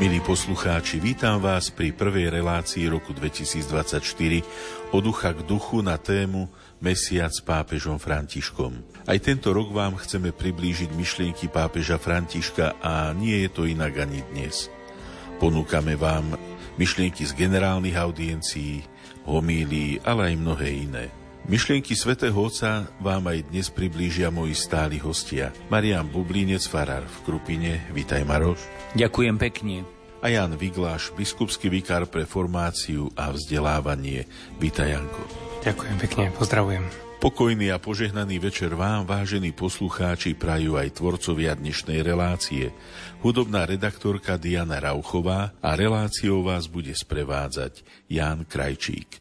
Milí poslucháči, vítam vás pri prvej relácii roku 2024 od ducha k duchu na tému Mesiac s pápežom Františkom. Aj tento rok vám chceme priblížiť myšlienky pápeža Františka a nie je to inak ani dnes. Ponúkame vám myšlienky z generálnych audiencií, homílií, ale aj mnohé iné. Myšlienky svätého Otca vám aj dnes priblížia moji stáli hostia. Marián Bublínec, farár v Krupine. Vítaj, Maroš. Ďakujem pekne. A Jan Vigláš, biskupský vikár pre formáciu a vzdelávanie. Vítaj, Janko. Ďakujem pekne, pozdravujem. Pokojný a požehnaný večer vám, vážení poslucháči, prajú aj tvorcovia dnešnej relácie. Hudobná redaktorka Diana Rauchová a reláciou vás bude sprevádzať Ján Krajčík.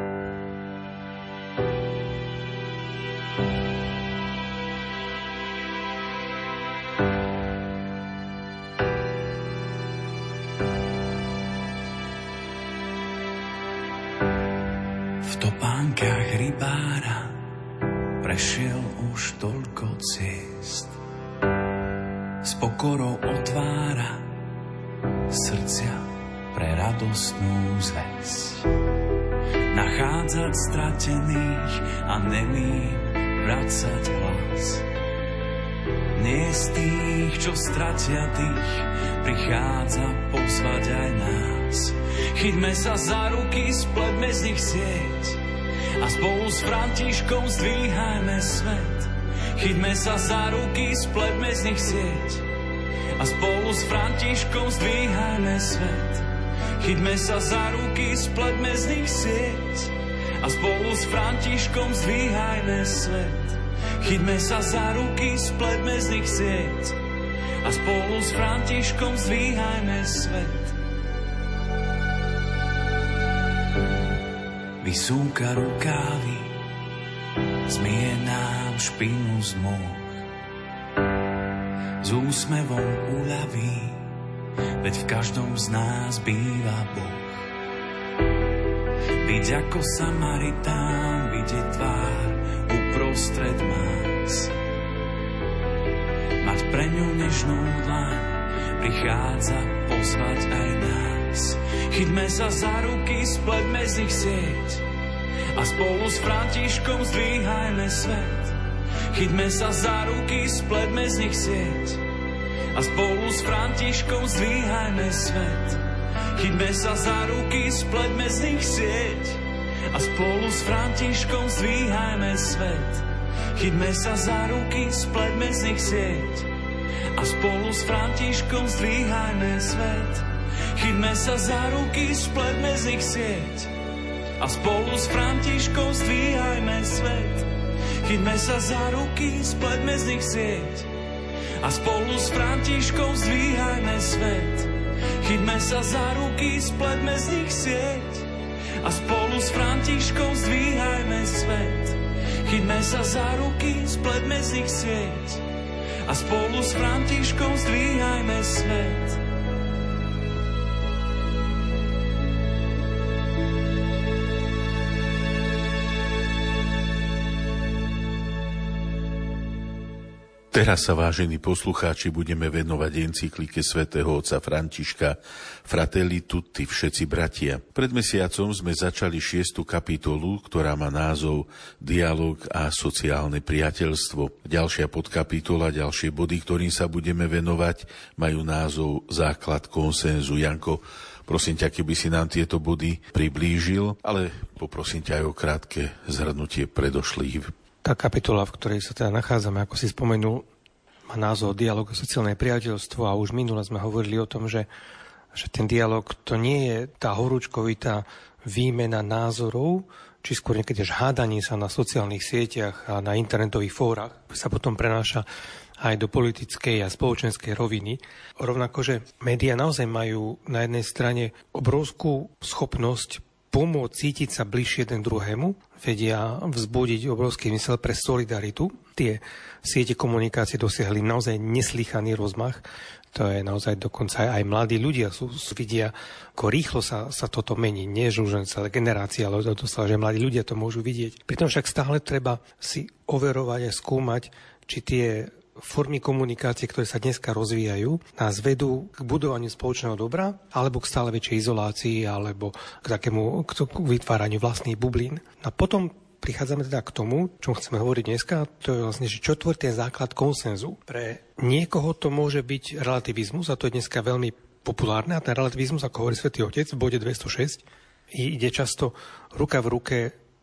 Rybára prešiel už toľko ciest, s pokorou otvára srdcia pre radostnú zvesť. Nachádzať stratených a nemým vracať hlas. Nie z tých, čo stratia tých, prichádza pozvať aj nás. Chyťme sa za ruky, spletme z nich sieť a spolu s Františkom zdvíhajme svet. Chyťme sa za ruky, spletme z nich sieť a spolu s Františkom zdvíhajme svet. Chyťme sa za ruky, spletme z nich sieť a spolu s Františkom zdvíhajme svet. Chyťme sa za ruky, spletme z nich sieť a spolu s Františkom zdvíhajme svet. Vysúka rukávy, zmije nám špinu z môh. S úsmevom uľaví, veď v každom z nás býva Boh. Byť ako Samaritán, vidieť tvár uprostred más. Mať pre ňu nežnú dlaň, prichádza pozvať aj nás. Chyťme sa za ruky, spletme z nich sieť a spolu s Františkom zdvíhajme svet. Chyťme sa za ruky, spletme z nich sieť a spolu s Františkom zdvíhajme svet. Chyťme sa za ruky, spletme z nich sieť a spolu s Františkom zdvíhajme svet. Chyťme sa za ruky, spletme z nich sieť a spolu s Františkom zdvíhajme svet. Chyťme sa za ruky, spletme z nich sieť a spolu s Františkom zdvíhajme svet. Chyťme sa za ruky, spletme z nich sieť a spolu s Františkom zdvíhajme svet. Chyťme sa za ruky, spletme z nich sieť a spolu s Františkom zdvíhajme svet. Chyťme sa za ruky, spletme z nich sieť a spolu s Františkom zdvíhajme svet. Teraz sa, vážení poslucháči, budeme venovať encyklike svätého otca Františka Fratelli Tutti, všetci bratia. Pred mesiacom sme začali 6. kapitolu, ktorá má názov Dialóg a sociálne priateľstvo. Ďalšia podkapitola, ďalšie body, ktorým sa budeme venovať, majú názov Základ konsenzu. Janko, prosím ťa, keby si nám tieto body priblížil, ale poprosím ťa aj o krátke zhrnutie predošlých. Tá kapitola, v ktorej sa teda nachádzame, ako si spomenul, má názov Dialóg a sociálne priateľstvo a už minule sme hovorili o tom, že ten dialóg to nie je tá horúčkovitá výmena názorov, či skôr niekedy až hádanie sa na sociálnych sieťach a na internetových fórach sa potom prenáša aj do politickej a spoločenskej roviny. Rovnako, že médiá naozaj majú na jednej strane obrovskú schopnosť pomôcť cítiť sa bližšie jeden druhému, vedia vzbudiť obrovský zmysel pre solidaritu. Tie siete komunikácie dosiahli naozaj neslýchaný rozmach. To je naozaj dokonca aj mladí ľudia vidia, ako rýchlo sa toto mení. Nie, že už celé generácie, ale doslova, že mladí ľudia to môžu vidieť. Pritom však stále treba si overovať a skúmať, či tie formy komunikácie, ktoré sa dneska rozvíjajú, nás vedú k budovaniu spoločného dobra, alebo k stále väčšej izolácii, alebo k takému k vytváraniu vlastných bublín. A potom prichádzame teda k tomu, čo chceme hovoriť dneska, to je vlastne, že čo tvorí ten základ konsenzu. Pre niekoho to môže byť relativizmus, a to je dneska veľmi populárne, a ten relativizmus, ako hovorí Svätý Otec v bode 206, ide často ruka v ruke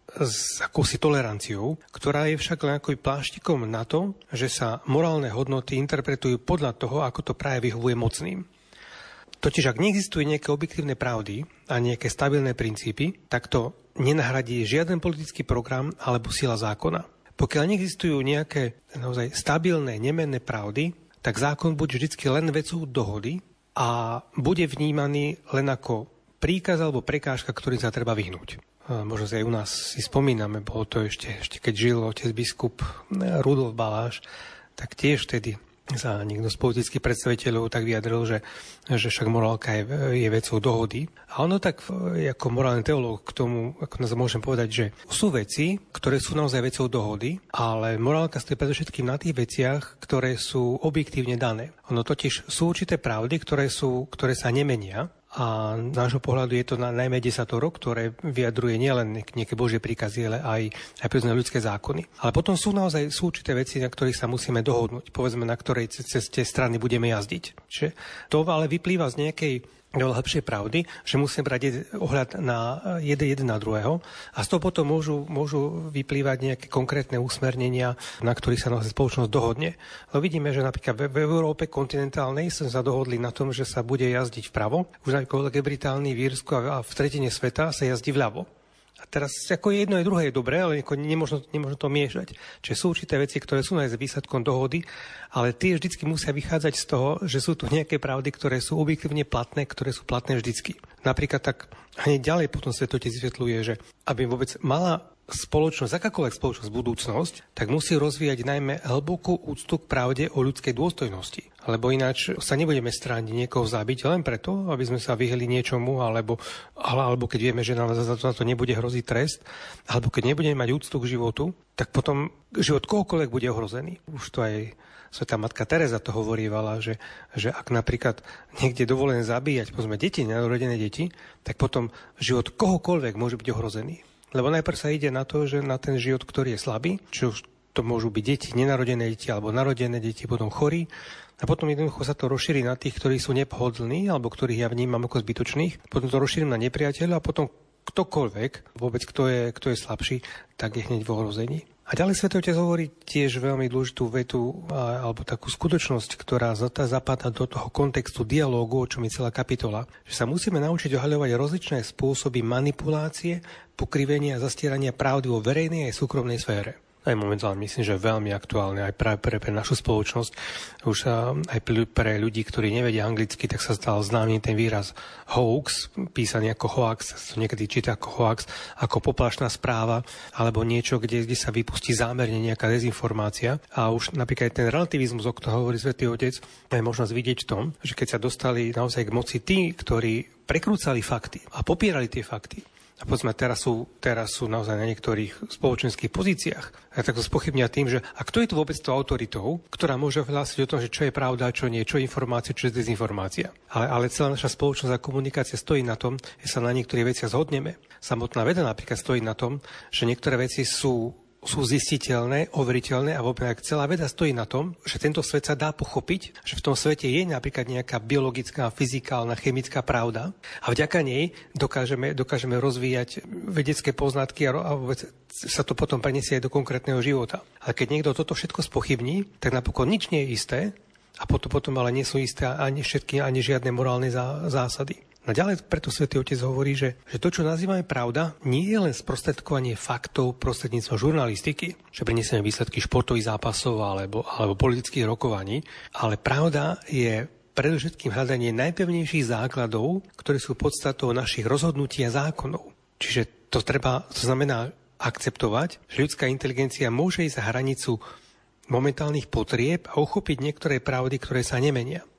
s akousi toleranciou, ktorá je však len ako pláštikom na to, že sa morálne hodnoty interpretujú podľa toho, ako to práve vyhovuje mocným. Totiž ak neexistujú nejaké objektívne pravdy a nejaké stabilné princípy, tak to nenahradí žiaden politický program alebo sila zákona. Pokiaľ neexistujú nejaké naozaj stabilné, nemenné pravdy, tak zákon bude vždy len vecou dohody a bude vnímaný len ako príkaz alebo prekážka, ktorý sa treba vyhnúť. Možno si aj u nás si spomíname, bolo to ešte keď žil otec biskup Rudolf Baláš, tak tiež vtedy sa niekto z politických predstaviteľov tak vyjadril, že však morálka je vecou dohody. A ono tak, ako morálny teológ k tomu, ako nás môžem povedať, že sú veci, ktoré sú naozaj vecou dohody, ale morálka stojí predovšetkým na tých veciach, ktoré sú objektívne dané. Ono totiž sú určité pravdy, ktoré sa nemenia. A z nášho pohľadu je to najmä desatoro, ktoré vyjadruje nielen nejaké Božie príkazy, ale aj povedzme ľudské zákony. Ale potom sú určité veci, na ktorých sa musíme dohodnúť. Povedzme, na ktorej ceste strany budeme jazdiť. Čiže to ale vyplýva z nejakej lepšej pravdy, že musíme brať ohľad na jeden na druhého a z toho potom môžu vyplývať nejaké konkrétne usmernenia, na ktorých sa naozaj spoločnosť dohodne. No vidíme, že napríklad v Európe kontinentálnej sa dohodli na tom, že sa bude jazdiť vpravo, už napríklad v Británii, v Írsku a v tretine sveta sa jazdí vľavo. A teraz ako jedno je druhé je dobré, ale nemôžno to miešať. Čiže sú určité veci, ktoré sú aj výsledkom dohody, ale tie vždycky musia vychádzať z toho, že sú tu nejaké pravdy, ktoré sú objektívne platné, ktoré sú platné vždycky. Napríklad tak hneď ďalej potom Svätý Otec vysvetľuje, že aby vôbec mala spoločnosť, akákoľvek spoločnosť budúcnosť, tak musí rozvíjať najmä hlbokú úctu k pravde o ľudskej dôstojnosti. Lebo ináč sa nebudeme strániť niekoho zabiť len preto, aby sme sa vyhli niečomu, alebo keď vieme, že nám za to nebude hroziť trest, alebo keď nebudeme mať úctu k životu, tak potom život kohokoľvek bude ohrozený. Už to aj Svätá matka Teresa to hovorívala, že ak napríklad niekde dovolené zabíjať, povedzme deti, nenarodené deti, tak potom život kohokoľvek môže byť ohrozený. Lebo najprv sa ide na to, že na ten život, ktorý je slabý, či už to môžu byť deti, nenarodené deti alebo narodené deti, potom chorí. A potom jednoducho sa to rozšíri na tých, ktorí sú nepohodlní alebo ktorých ja vnímam ako zbytočných. Potom to rozšírim na nepriateľa a potom ktokoľvek, vôbec kto je slabší, tak je hneď v ohrození. A ďalej Svätý Otec hovorí tiež veľmi dôležitú vetu alebo takú skutočnosť, ktorá zapadá do toho kontextu dialógu, o čom je celá kapitola, že sa musíme naučiť ohľadovať rozličné spôsoby manipulácie, pokrivenia a zastierania pravdy vo verejnej aj súkromnej sfére. Aj momentálne myslím, že veľmi aktuálne aj práve pre našu spoločnosť. Už aj pre ľudí, ktorí nevedia anglicky, tak sa stal známy ten výraz hoax, písaný ako hoax, to niekedy číta ako hoax, ako poplašná správa, alebo niečo, kde sa vypustí zámerne nejaká dezinformácia. A už napríklad ten relativizmus, o ktorom hovorí Svätý Otec, je možnosť vidieť v tom, že keď sa dostali naozaj k moci tí, ktorí prekrúcali fakty a popierali tie fakty, a povedzme, teraz sú naozaj na niektorých spoločenských pozíciách. A tak to spochybnia tým, že a kto je tu vôbec tou autoritou, ktorá môže hlásiť o tom, že čo je pravda, čo nie, čo je informácia, čo je dezinformácia. Ale celá naša spoločnosť a komunikácia stojí na tom, že sa na niektorých veciach zhodneme. Samotná veda napríklad stojí na tom, že niektoré veci sú zistiteľné, overiteľné a vôbec celá veda stojí na tom, že tento svet sa dá pochopiť, že v tom svete je napríklad nejaká biologická, fyzikálna, chemická pravda a vďaka nej dokážeme rozvíjať vedecké poznatky a vôbec sa to potom preniesie aj do konkrétneho života. Ale keď niekto toto všetko spochybní, tak napokon nič nie je isté a potom ale nie sú isté ani žiadne morálne zásady. No ďalej preto Svätý Otec hovorí, že to, čo nazývame pravda, nie je len sprostredkovanie faktov prostredníctvom žurnalistiky, že prinesieme výsledky športových zápasov alebo politických rokovaní, ale pravda je predovšetkým hľadanie najpevnejších základov, ktoré sú podstatou našich rozhodnutí a zákonov. Čiže to znamená akceptovať, že ľudská inteligencia môže ísť za hranicu momentálnych potrieb a uchopiť niektoré pravdy, ktoré sa nemenia.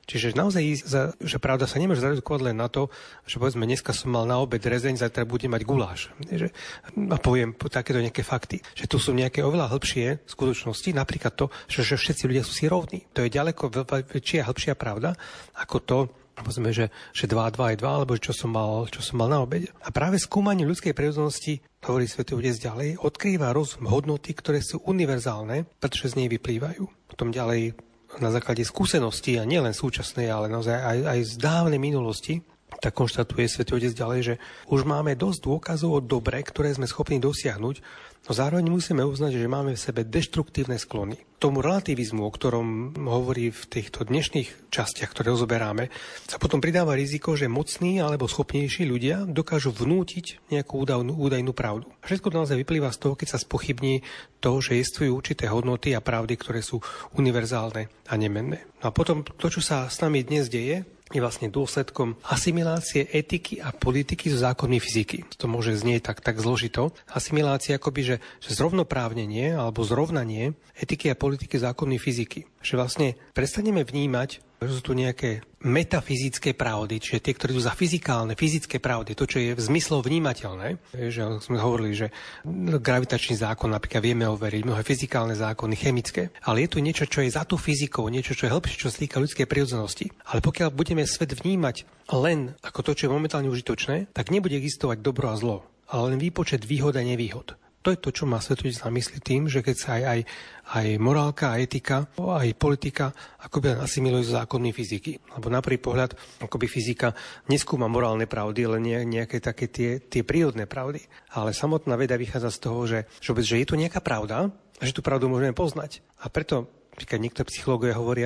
Čiže naozaj, že pravda sa nemôže zredukovať len na to, že povedzme, dneska som mal na obed rezeň, zajtra budem mať guláš. A poviem takéto nejaké fakty. Že tu sú nejaké oveľa hĺbšie skutočnosti, napríklad to, že všetci ľudia sú si rovní. To je ďaleko väčšia a hĺbšia pravda, ako to, povedzme, že 2 a 2 je 2, alebo čo som mal na obede. A práve skúmanie ľudskej prirodzenosti, hovorí Svätý Otec ďalej, odkrýva rozum hodnoty, ktoré sú univerzálne, pretože z nej vyplývajú. Potom ďalej na základe skúsenosti, a nielen súčasnej, ale naozaj aj z dávnej minulosti, tak konštatuje Svätý Otec ďalej, že už máme dosť dôkazov o dobre, ktoré sme schopní dosiahnuť, no zároveň musíme uznať, že máme v sebe deštruktívne sklony. Tomu relativizmu, o ktorom hovorí v týchto dnešných častiach, ktoré rozoberáme, sa potom pridáva riziko, že mocní alebo schopnejší ľudia dokážu vnútiť nejakú údajnú pravdu. A všetko to naozaj vyplýva z toho, keď sa spochybní to, že existujú určité hodnoty a pravdy, ktoré sú univerzálne a nemenné. No a potom to, čo sa s nami dnes deje, je vlastne dôsledkom asimilácie etiky a politiky so zákonmi fyziky. To môže znieť tak zložito. Asimilácia akoby, že zrovnoprávnenie alebo zrovnanie etiky a politiky zákonmi fyziky. Že vlastne prestaneme vnímať, že sú tu nejaké metafyzické pravdy, čiže tie, ktoré sú za fyzické pravdy, to, čo je v zmysloch vnímateľné. Že sme hovorili, že gravitačný zákon napríklad vieme overiť, mnohé fyzikálne zákony, chemické, ale je tu niečo, čo je za tú fyzikou, niečo, čo je hĺbšie, čo sa týka ľudskej prirodzenosti. Ale pokiaľ budeme svet vnímať len ako to, čo je momentálne užitočné, tak nebude existovať dobro a zlo, ale len výpočet výhod a nevýhod. To je to, čo má Svätý Otec na mysli tým, že keď sa aj morálka, a etika, aj politika akoby asimilujú z zákonmi fyziky. Lebo na prvý pohľad akoby fyzika neskúma morálne pravdy, len nejaké také tie prírodné pravdy. Ale samotná veda vychádza z toho, že je tu nejaká pravda a že tú pravdu môžeme poznať. A preto niektorí psychológovia hovoria,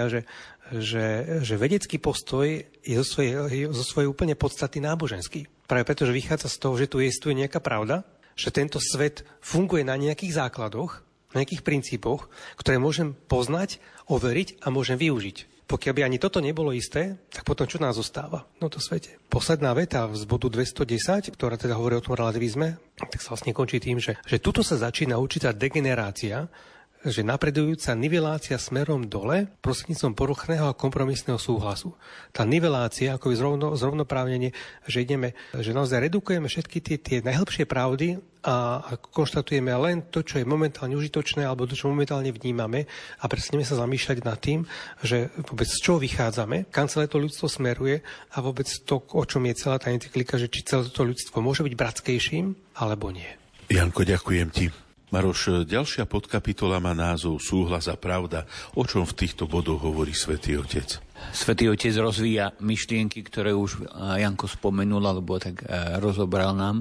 že vedecký postoj je zo svojej úplne podstaty náboženský. Práve preto, že vychádza z toho, že tu existuje nejaká pravda, že tento svet funguje na nejakých základoch, na nejakých princípoch, ktoré môžem poznať, overiť a môžem využiť. Pokiaľ by ani toto nebolo isté, tak potom čo nás zostáva v tomto svete? Posledná veta z bodu 210, ktorá teda hovorí o tom relativizme, tak sa vlastne končí tým, že tuto sa začína určitá degenerácia, že napredujúca nivelácia smerom dole prostredníctvom poruchného a kompromisného súhlasu. Tá nivelácia, ako je zrovnoprávnenie, že naozaj redukujeme všetky tie najhlbšie pravdy a konštatujeme len to, čo je momentálne užitočné alebo to, čo momentálne vnímame a prestaneme sa zamýšľať nad tým, že vôbec z čoho vychádzame, kam celé to ľudstvo smeruje a vôbec to, o čom je celá tá encyklika, že či celé to ľudstvo môže byť bratskejším alebo nie. Janko, ďakujem ti. Maroš, ďalšia podkapitola má názov Súhlas a pravda. O čom v týchto bodoch hovorí Svätý Otec? Svätý Otec rozvíja myšlienky, ktoré už Janko spomenul, alebo tak rozobral nám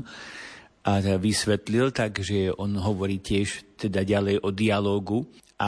a vysvetlil, takže on hovorí tiež teda ďalej o dialógu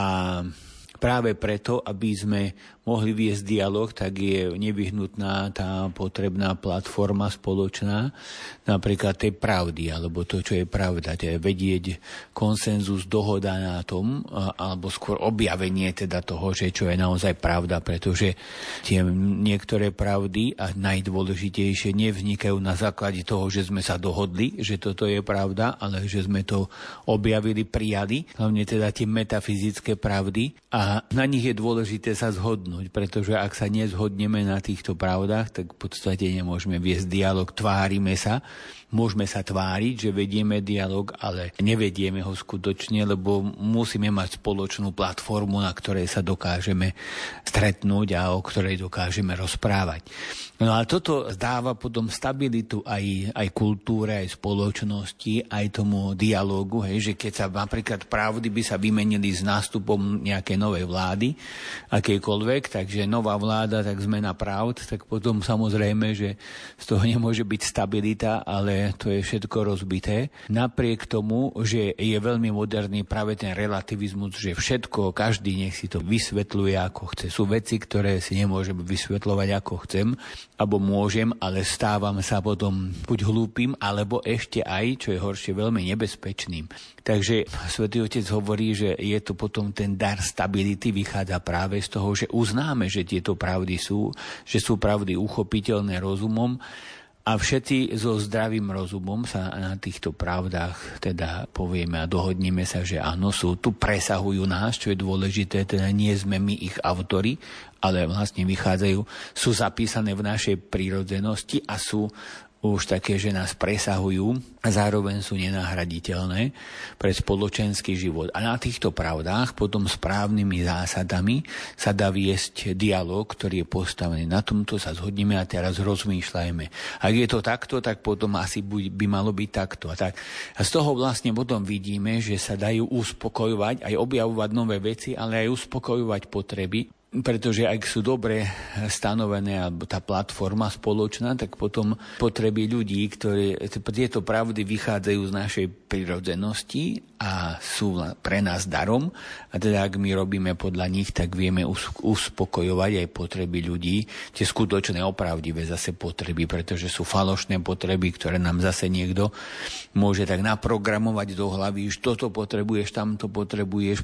a práve preto, aby sme mohli viesť dialog, tak je nevyhnutná tá potrebná platforma spoločná, napríklad tej pravdy, alebo to, čo je pravda, teda vedieť konsenzus, dohoda na tom, alebo skôr objavenie teda toho, že čo je naozaj pravda, pretože tie niektoré pravdy a najdôležitejšie nevznikajú na základe toho, že sme sa dohodli, že toto je pravda, ale že sme to objavili, prijali, hlavne teda tie metafyzické pravdy a na nich je dôležité sa zhodnúť, pretože ak sa nezhodneme na týchto pravdách, tak v podstate nemôžeme viesť dialog, tvárime sa. Môžeme sa tváriť, že vedieme dialog, ale nevedieme ho skutočne, lebo musíme mať spoločnú platformu, na ktorej sa dokážeme stretnúť a o ktorej dokážeme rozprávať. No a toto dáva potom stabilitu aj kultúre, aj spoločnosti, aj tomu dialógu, že keď sa napríklad pravdy by sa vymenili s nástupom nejakej novej vlády, akejkoľvek, takže nová vláda, tak zmena pravd, tak potom samozrejme, že z toho nemôže byť stabilita, ale to je všetko rozbité. Napriek tomu, že je veľmi moderný práve ten relativizmus, že všetko, každý nech si to vysvetľuje ako chce. Sú veci, ktoré si nemôžem vysvetľovať ako chcem, alebo môžem, ale stávam sa potom buď hlúpym, alebo ešte aj, čo je horšie, veľmi nebezpečným. Takže Svätý Otec hovorí, že je to potom ten dar stability, vychádza práve z toho, že uznáme, že tieto pravdy sú, že sú pravdy uchopiteľné rozumom, A všetci so zdravým rozumom sa na týchto pravdách teda povieme a dohodneme sa, že áno, tu presahujú nás, čo je dôležité, teda nie sme my ich autori, ale vlastne vychádzajú, sú zapísané v našej prírodzenosti a sú už také, že nás presahujú a zároveň sú nenahraditeľné pre spoločenský život. A na týchto pravdách potom správnymi zásadami sa dá viesť dialog, ktorý je postavený. Na tomto sa zhodneme a teraz rozmýšľajme. Ak je to takto, tak potom asi by malo byť takto. A z toho vlastne potom vidíme, že sa dajú uspokojovať, aj objavovať nové veci, ale aj uspokojovať potreby. Pretože ak sú dobre stanovené, alebo tá platforma spoločná, tak potom potreby ľudí, ktoré tieto pravdy vychádzajú z našej prirodzenosti a sú pre nás darom. A teda ak my robíme podľa nich, tak vieme uspokojovať aj potreby ľudí, tie skutočné, opravdivé zase potreby, pretože sú falošné potreby, ktoré nám zase niekto môže tak naprogramovať do hlavy, že toto potrebuješ, tamto potrebuješ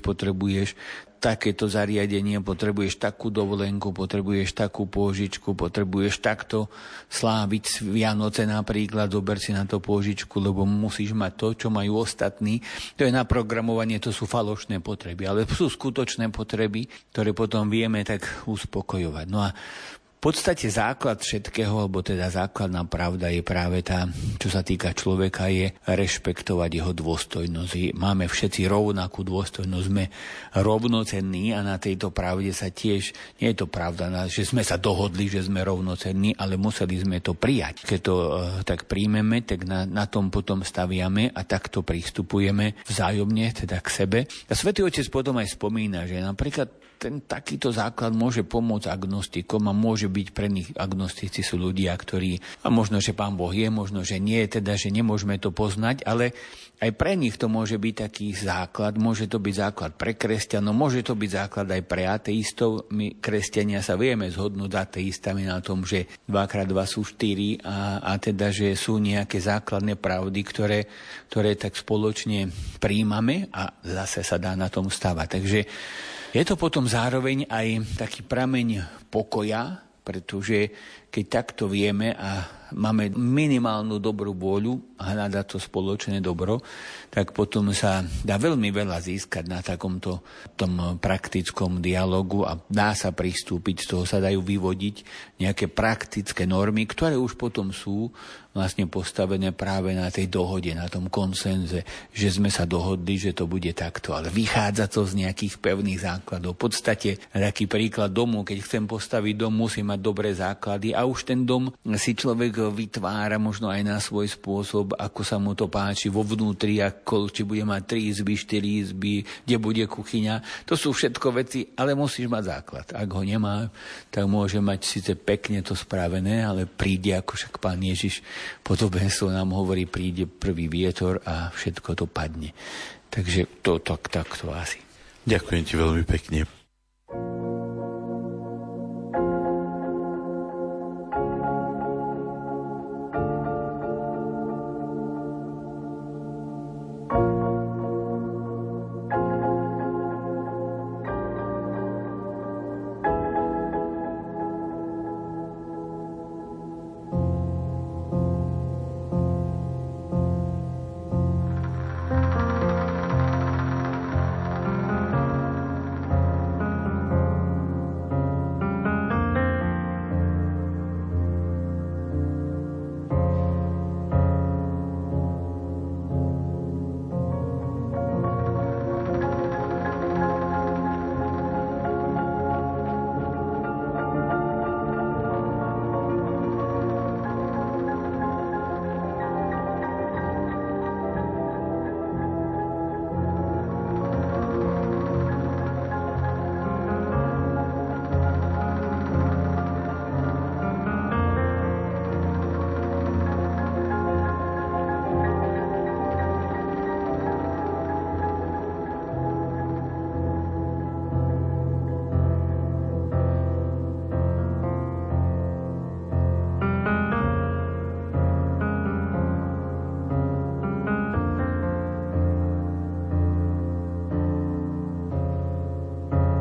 takéto zariadenie, potrebuješ takú dovolenku, potrebuješ takú pôžičku, potrebuješ takto sláviť Vianoce napríklad, zober si na to pôžičku, lebo musíš mať to, čo majú ostatní. To je naprogramovanie, to sú falošné potreby, ale sú skutočné potreby, ktoré potom vieme tak uspokojovať. No a v podstate základ všetkého, alebo teda základná pravda je práve tá, čo sa týka človeka, je rešpektovať jeho dôstojnosť. Máme všetci rovnakú dôstojnosť, sme rovnocenní a na tejto pravde sa tiež, nie je to pravda, že sme sa dohodli, že sme rovnocenní, ale museli sme to prijať. Keď to tak príjmeme, tak na tom potom staviame a takto pristupujeme vzájomne, teda k sebe. A Svätý Otec potom aj spomína, že napríklad takýto základ môže pomôcť agnostikom a môže byť pre nich, agnostici sú ľudia, ktorí, a možno, že Pán Boh je, možno, že nie, teda, že nemôžeme to poznať, ale aj pre nich to môže byť taký základ, môže to byť základ pre kresťanov, môže to byť základ aj pre ateistov. My, kresťania, sa vieme zhodnúť s ateistami na tom, že 2x2 sú 4 a teda, že sú nejaké základné pravdy, ktoré tak spoločne príjmame a zase sa dá na tom stavať. Takže je to potom zároveň aj taký prameň pokoja, pretože keď takto vieme a máme minimálnu dobrú vôľu a hľadať to spoločné dobro, tak potom sa dá veľmi veľa získať na takomto tom praktickom dialogu a dá sa pristúpiť, z toho sa dajú vyvodiť nejaké praktické normy, ktoré už potom sú vlastne postavené práve na tej dohode, na tom konsenze, že sme sa dohodli, že to bude takto, ale vychádza to z nejakých pevných základov. V podstate taký príklad domu, keď chcem postaviť dom, musí mať dobré základy a už ten dom si človek vytvára možno aj na svoj spôsob, ako sa mu to páči vo vnútri, či bude mať 3 izby, 4 izby, kde bude kuchyňa. To sú všetko veci, ale musíš mať základ. Ak ho nemá, tak môže mať síce pekne to spravené, ale príde, ako však Pán Ježiš podobenstvo nám hovorí, príde prvý vietor a všetko to padne. Takže to takto asi. Ďakujem ti veľmi pekne.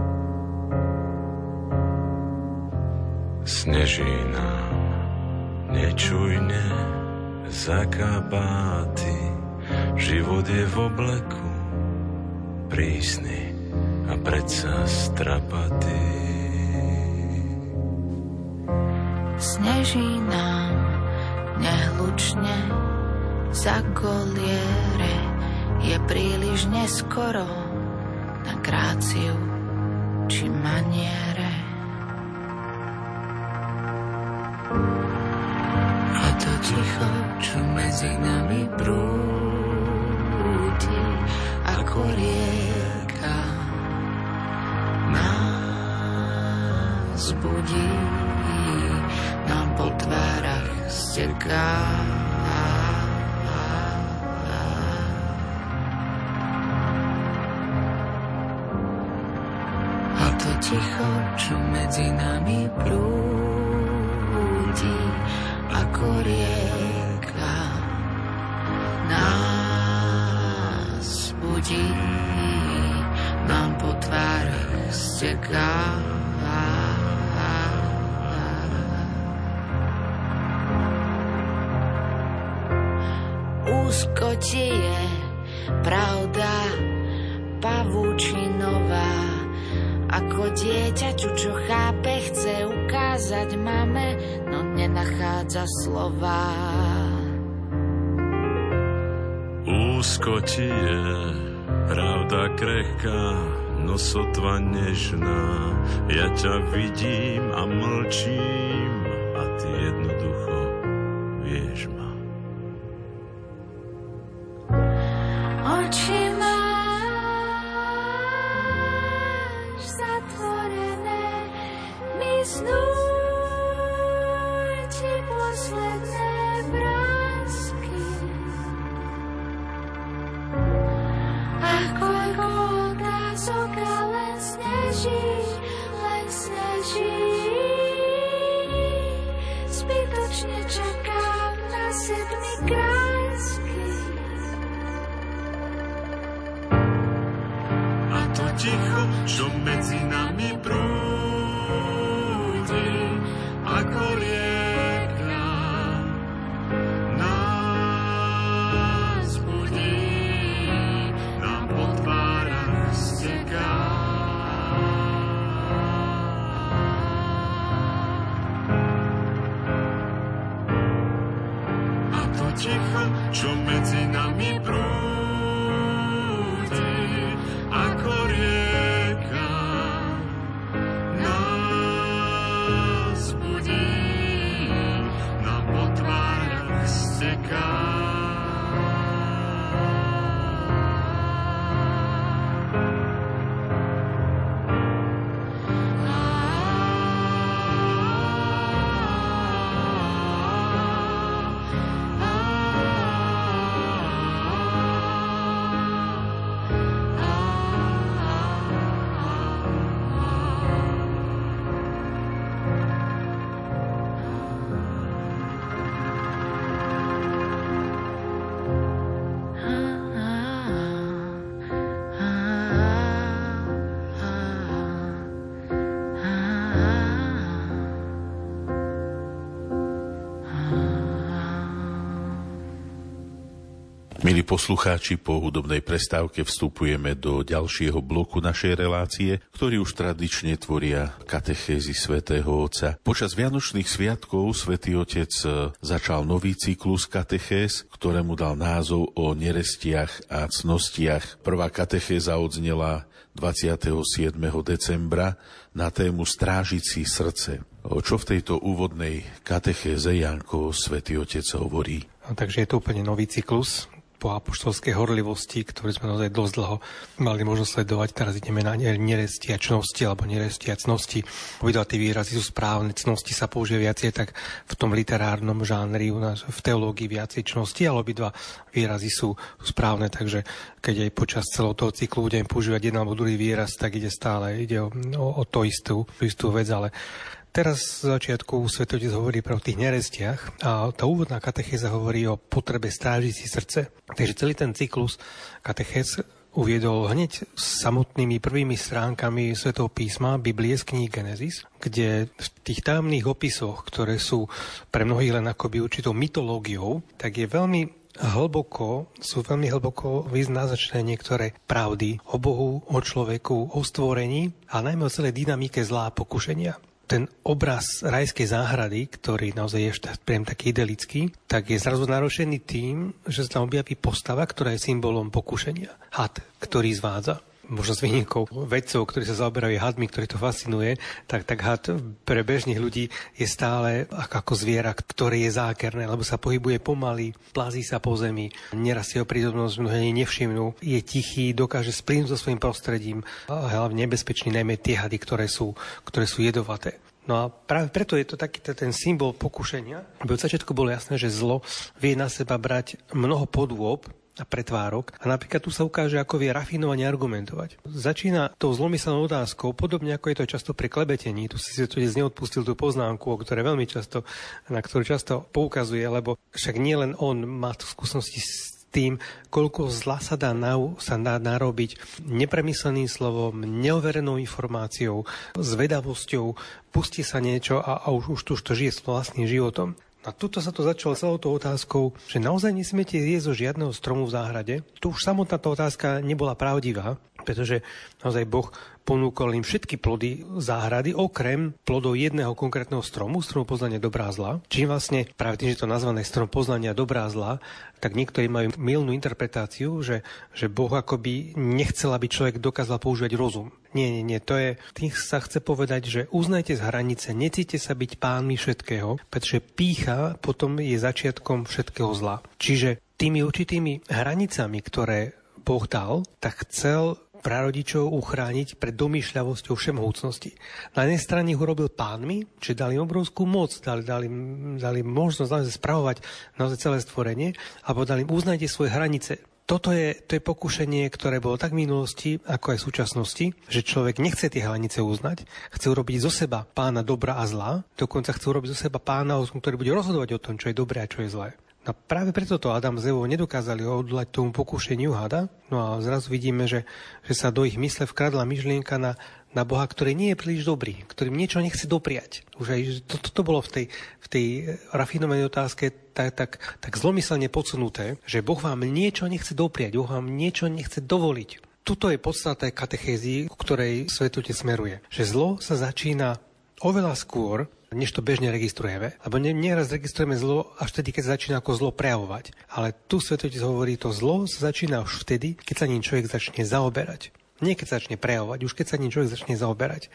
Sneží nám nečujne zakápáty, život je v obleku prísny a predsa strapatý. Sneží nám nehlučne za Goliere, je príliš neskoro na gráciu či maniere. A to ticho, čo medzi nami prúdi, ako rieka nás budí, nám po tvárach steká. A to ticho, čo medzi nami prúdi, ako rieka nás budí, nám po tvárach steká. Úzkotie je pravda pavúčinová, ako dieťaťu, čo chápe, chce ukázať mame, no nenachádza slova. Úzkotie je pravda krehká, no sotva nežná. Ja ťa vidím a mlčím a ty jednoducho vieš ma. Oči máš zatvorené, mysnúť ti posledné brázky. A koľko otázok a len sneží, zbytočne čakám na 7 krásky. To ticho, čo medzi nami prúdi, ako rieka nás budí, nám po tvárach steká. A to ticho, čo medzi nami prúdi, ako rieka nás budí, nám po tvárach steká. Milí poslucháči, po hudobnej prestávke vstupujeme do ďalšieho bloku našej relácie, ktorý už tradične tvoria katechézy svätého Otca. Počas Vianočných sviatkov svätý Otec začal nový cyklus katechéz, ktorému dal názov o nerestiach a cnostiach. Prvá katechéza odznela 27. decembra na tému Strážiť si srdce. Čo v tejto úvodnej katechéze, Janko, svätý Otec hovorí? Takže je to úplne nový cyklus po apoštolskej horlivosti, ktorý sme naozaj dosť dlho mali možnosť sledovať. Teraz ideme na nerestiačnosti alebo nerestiacnosti. Obidva tie výrazy sú správne. Cnosti sa použije viacej, tak v tom literárnom žánri u nás v teológii viacej čnosti, ale obidva výrazy sú správne, takže keď aj počas celého toho cyklu budeme používať jeden alebo druhý výraz, tak ide o to istú vec, ale teraz z začiatku Svätý Otec hovorí o tých nerestiach a tá úvodná katechéza hovorí o potrebe strážiť si srdce. Takže celý ten cyklus katechéz uviedol hneď samotnými prvými stránkami Svätého písma, Biblie z knihy Genesis, kde v tých tajomných opisoch, ktoré sú pre mnohých len akoby určitou mytológiou, tak je sú veľmi hlboko vyznačené niektoré pravdy o Bohu, o človeku, o stvorení a najmä o celej dynamike zla a pokušenia. Ten obraz rajskej záhrady, ktorý naozaj je priam taký idylický, tak je zrazu narušený tým, že sa tam objaví postava, ktorá je symbolom pokušenia. Had, ktorý zvádza. Možno z výnimkou vedcov, ktorí sa zaoberajú hadmi, ktorí to fascinuje, tak had pre bežných ľudí je stále ako zviera, ktoré je zákerné, lebo sa pohybuje pomaly, plazí sa po zemi, neraz si ho prítomnosť mnohí nevšimnú, je tichý, dokáže splynúť so svojím prostredím, a hlavne nebezpečný najmä tie hady, ktoré sú jedovaté. No a práve preto je to taký ten symbol pokušenia, lebo od začiatku bolo jasné, že zlo vie na seba brať mnoho podôb a pretvárok a napríklad tu sa ukáže, ako vie rafinovane argumentovať. Začína tou zlomyselnou otázkou, podobne ako je to často pri klebetení. Tu si to dnes neodpustil tú poznámku, na ktorú často poukazuje, lebo však nielen on má tu skúsenosti s tým, koľko zla sa dá narobiť nepremysleným slovom, neoverenou informáciou, zvedavosťou, pustí sa niečo a už to žije s vlastným životom. A tuto sa to začalo celou tou otázkou, že naozaj nesmiete jesť zo žiadneho stromu v záhrade. Tu už samotná tá otázka nebola pravdivá, pretože naozaj Boh ponúkol im všetky plody záhrady, okrem plodov jedného konkrétneho stromu poznania dobrá a zla. Čím vlastne práve tým, že to nazvané strom poznania dobrá a zla, tak niektorí majú mylnú interpretáciu, že Boh akoby nechcel, aby človek dokázal používať rozum. Nie, tým sa chce povedať, že uznajte z hranice, necíte sa byť pánmi všetkého, pretože pýcha potom je začiatkom všetkého zla. Čiže tými určitými hranicami, ktoré Boh dal, tak chcel prarodičov uchrániť pred domýšľavosťou všemohúcnosti. Na jednej strane ich urobil pánmi, čiže dali im obrovskú moc, dali možnosť spravovať naozaj celé stvorenie a povedali im, uznajte svoje hranice. To je pokušenie, ktoré bolo tak v minulosti, ako aj v súčasnosti, že človek nechce tie hranice uznať, chce urobiť zo seba pána dobra a zla, dokonca chce urobiť zo seba pána, ktorý bude rozhodovať o tom, čo je dobré a čo je zlé. No práve preto to Adam s Evou nedokázali odolať tomu pokušeniu hada. No a zrazu vidíme, že sa do ich mysle vkradla myšlienka na Boha, ktorý nie je príliš dobrý, ktorým niečo nechce dopriať. Už aj toto bolo v tej rafinovanej otázke tak zlomyselne podsunuté, že Boh vám niečo nechce dopriať, Boh vám niečo nechce dovoliť. Tuto je podstata katechézy, ku ktorej Svätý Otec smeruje. Že zlo sa začína oveľa skôr, než to bežne registrujeme. Lebo nieraz registrujeme zlo až vtedy, keď sa začína ako zlo prejavovať. Ale tu Svätý Otec hovorí, to zlo sa začína už vtedy, keď sa ním človek začne zaoberať. Nie keď sa začne prejavovať, už keď sa ním človek začne zaoberať.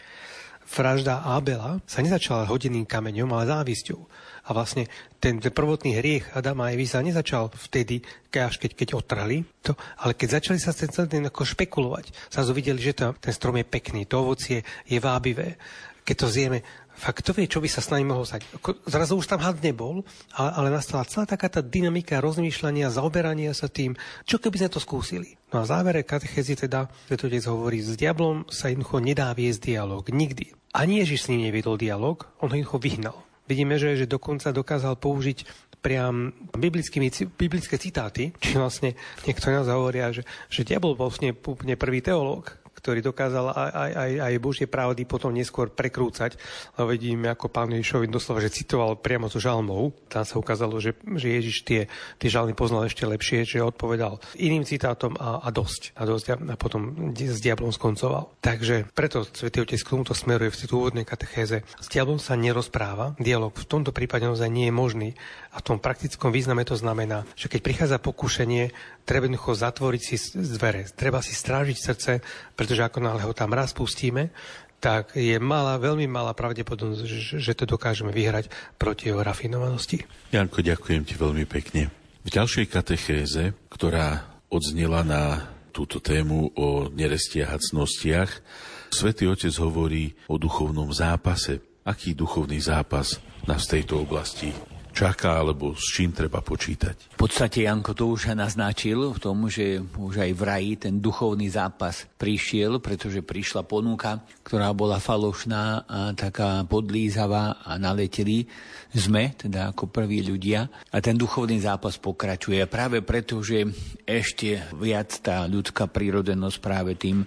Vražda Abela sa nezačala hodinným kameňom, ale závisťou. A vlastne ten prvotný hriech Adama a Evy sa nezačal vtedy, keď otrhli to, ale keď začali sa ten ako špekulovať, sa videli, že ten strom je pekný, to ovocie je vábivé. Keď to zjeme, fakt to vie, čo by sa s nami mohlo stať. Zrazu už tam had nebol, ale nastala celá taká tá dynamika rozmýšľania, zaoberania sa tým, čo keby sme to skúsili. No a v závere katechézy teda, Svätý Otec hovorí, s diablom sa jednoducho nedá viesť dialog. Nikdy. Ani Ježiš s ním neviedol dialog, on ho jednoducho vyhnal. Vidíme, že dokonca dokázal použiť priam biblické citáty, či vlastne niektorí nás hovoria, že diabol bol vlastne úplne prvý teológ, ktorý dokázal aj Božie pravdy potom neskôr prekrúcať. Vidíme, ako pán Ježišovi doslova, že citoval priamo zo žalmov. Tam sa ukázalo, že Ježiš tie žalmy poznal ešte lepšie, že odpovedal iným citátom a dosť. A potom s diablom skoncoval. Takže preto Svätý Otec k tomuto smeruje v tejto úvodnej katechéze. S diablom sa nerozpráva. Dialóg v tomto prípade naozaj nie je možný. A v tom praktickom význame to znamená, že keď prichádza pokušenie, treba jednoducho zatvoriť si dvere. Treba si strážiť srdce, pretože ako náhle ho tam raz pustíme, tak je veľmi malá pravdepodobnosť, že to dokážeme vyhrať proti jeho rafinovanosti. Janko, ďakujem ti veľmi pekne. V ďalšej katechéze, ktorá odznela na túto tému o nerestiach a cnostiach, Svätý Otec hovorí o duchovnom zápase. Aký duchovný zápas nás v tejto oblasti čaká, alebo s čím treba počítať? V podstate Janko to už naznačil v tom, že už aj v raji ten duchovný zápas prišiel, pretože prišla ponuka, ktorá bola falošná a taká podlízavá a naleteli sme, teda ako prví ľudia. A ten duchovný zápas pokračuje práve preto, že ešte viac tá ľudská prírodzenosť práve tým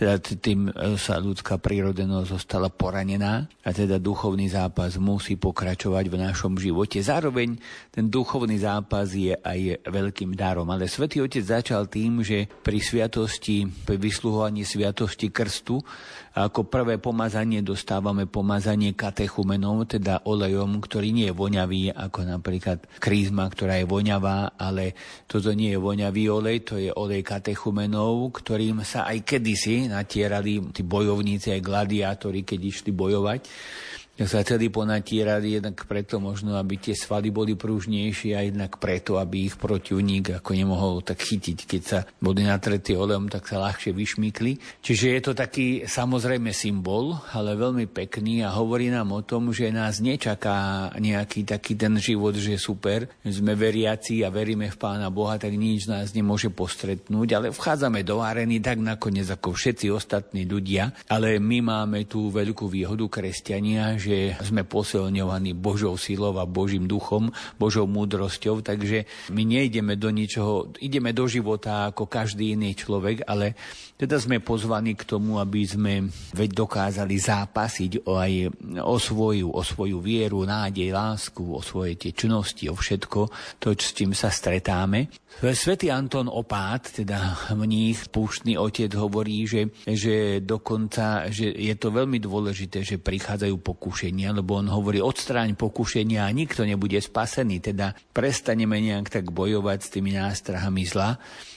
sa ľudská prírodzenosť zostala poranená a teda duchovný zápas musí pokračovať v našom živote. Zároveň ten duchovný zápas je aj veľkým darom. Ale Svätý Otec začal tým, že pri sviatosti, pri vysluhovaní sviatosti krstu ako prvé pomazanie dostávame pomazanie katechumenov, teda olejom, ktorý nie je voňavý, ako napríklad krízma, ktorá je voňavá, ale toto nie je voňavý olej, to je olej katechumenov, ktorým sa aj kedysi natierali tí bojovníci, aj gladiátori, keď išli bojovať. Sa celý ponatierali jednak preto možno, aby tie svaly boli pružnejšie a jednak preto, aby ich protivník ako nemohol tak chytiť. Keď sa boli natretí olejom, tak sa ľahšie vyšmykli. Čiže je to taký samozrejme symbol, ale veľmi pekný a hovorí nám o tom, že nás nečaká nejaký taký ten život, že super, sme veriaci a veríme v Pána Boha, tak nič nás nemôže postretnúť, ale vchádzame do areny tak nakoniec ako všetci ostatní ľudia, ale my máme tú veľkú výhodu kresťania, že sme posilňovaní Božou silou a Božím duchom, Božou múdrosťou, takže my nejdeme do ničoho, ideme do života ako každý iný človek, ale teda sme pozvaní k tomu, aby sme dokázali zápasiť o svoju vieru, nádej, lásku, o svoje tie činnosti, o všetko to, s čím sa stretáme. Svätý Anton Opát, teda mních, púštny otec, hovorí, že dokonca, že je to veľmi dôležité, že prichádzajú pokušenia, lebo on hovorí, odstráň pokušenia a nikto nebude spasený, teda prestaneme nejak tak bojovať s tými nástrahami zla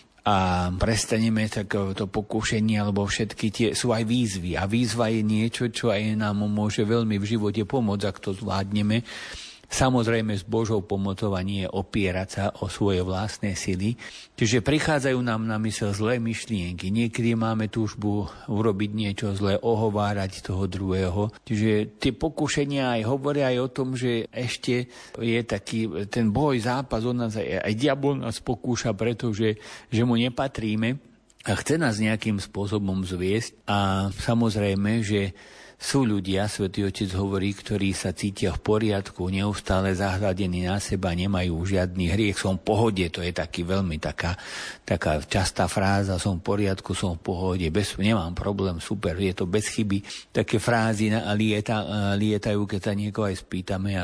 a prestaneme tak to pokušenie, alebo všetky tie sú aj výzvy. A výzva je niečo, čo aj nám môže veľmi v živote pomôcť, ak to zvládneme. Samozrejme s Božou pomocou a nie opierať sa o svoje vlastné sily. Čiže prichádzajú nám na mysel zlé myšlienky. Niekedy máme túžbu urobiť niečo zlé, ohovárať toho druhého. Čiže tie pokušenia aj hovoria aj o tom, že ešte je taký ten boj, zápas od nás, aj diabol nás pokúša, pretože že mu nepatríme a chce nás nejakým spôsobom zviesť. A samozrejme, že sú ľudia, Svätý Otec hovorí, ktorí sa cítia v poriadku, neustále zahľadení na seba, nemajú žiadny hriech, som v pohode, to je taký veľmi taká častá fráza, som v poriadku, som v pohode, nemám problém, super, je to bez chyby. Také frázy lietajú, keď sa niekoho aj spýtame,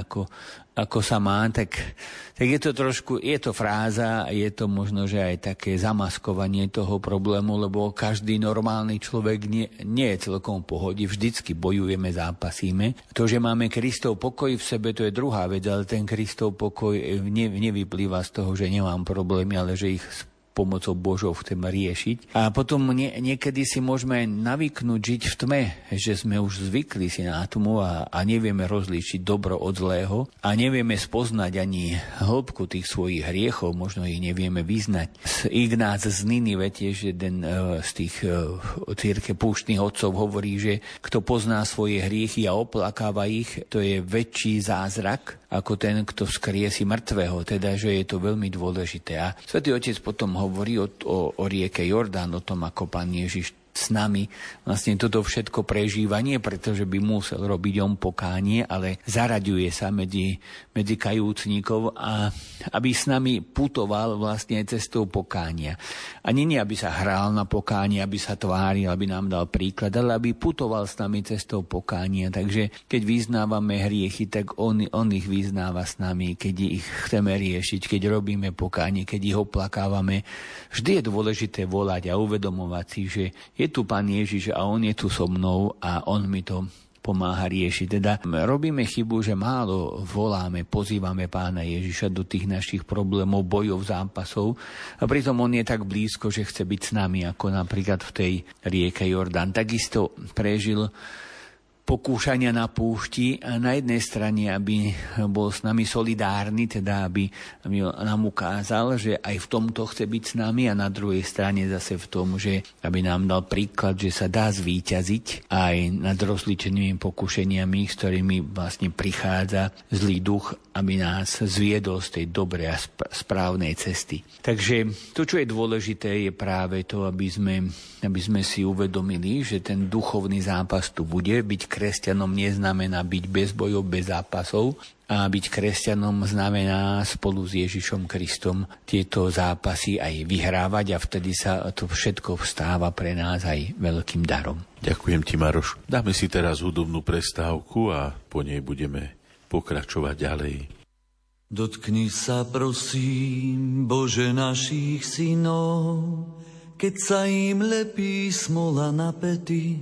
ako sa má, tak je to trošku, je to fráza, je to možno, že aj také zamaskovanie toho problému, lebo každý normálny človek nie je celkom v pohode, vždycky bojujeme, zápasíme. To, že máme Kristov pokoj v sebe, to je druhá vec, ale ten Kristov pokoj nevyplýva z toho, že nemám problémy, ale že ich pomocou Božou chcem riešiť. A potom niekedy si môžeme navyknúť žiť v tme, že sme už zvykli si na tmu a nevieme rozlíšiť dobro od zlého a nevieme spoznať ani hĺbku tých svojich hriechov, možno ich nevieme vyznať. Ignác z Ninive, tiež jeden z tých cirke púštnych otcov hovorí, že kto pozná svoje hriechy a oplakáva ich, to je väčší zázrak ako ten, kto vzkriesi mŕtvého, teda, že je to veľmi dôležité. A Svätý Otec potom hovorí o rieke Jordán, o tom, ako Pán Ježiš s nami vlastne toto všetko prežíva, nie pretože by musel robiť on pokánie, ale zaraďuje sa medzi kajúcnikov a aby s nami putoval vlastne cestou pokánia. A nie aby sa hral na pokánie, aby sa tváril, aby nám dal príklad, ale aby putoval s nami cestou pokánia. Takže keď vyznávame hriechy, tak on ich vyznáva s nami, keď ich chceme riešiť, keď robíme pokánie, keď ich oplakávame. Vždy je dôležité volať a uvedomovať si, že je tu Pán Ježiš a on je tu so mnou a on mi to pomáha riešiť. Teda robíme chybu, že málo voláme, pozývame Pána Ježiša do tých našich problémov, bojov, zápasov a pritom on je tak blízko, že chce byť s nami, ako napríklad v tej rieke Jordán. Takisto prežil pokúšania na púšti. A na jednej strane, aby bol s nami solidárny, teda aby nám ukázal, že aj v tomto chce byť s nami, a na druhej strane zase v tom, že aby nám dal príklad, že sa dá zvíťaziť aj nad rozličenými pokušeniami, s ktorými vlastne prichádza zlý duch, aby nás zviedol z tej dobrej a správnej cesty. Takže to, čo je dôležité, je práve to, aby sme si uvedomili, že ten duchovný zápas tu bude. Byť kresťanom neznamená byť bez bojov, bez zápasov. A byť kresťanom znamená spolu s Ježišom Kristom tieto zápasy aj vyhrávať, a vtedy sa to všetko vstáva pre nás aj veľkým darom. Ďakujem ti, Maroš. Dáme si teraz hudobnú prestávku a po nej budeme pokračovať ďalej. Dotkni sa, prosím, Bože, našich synov, keď sa im lepí smola na pety.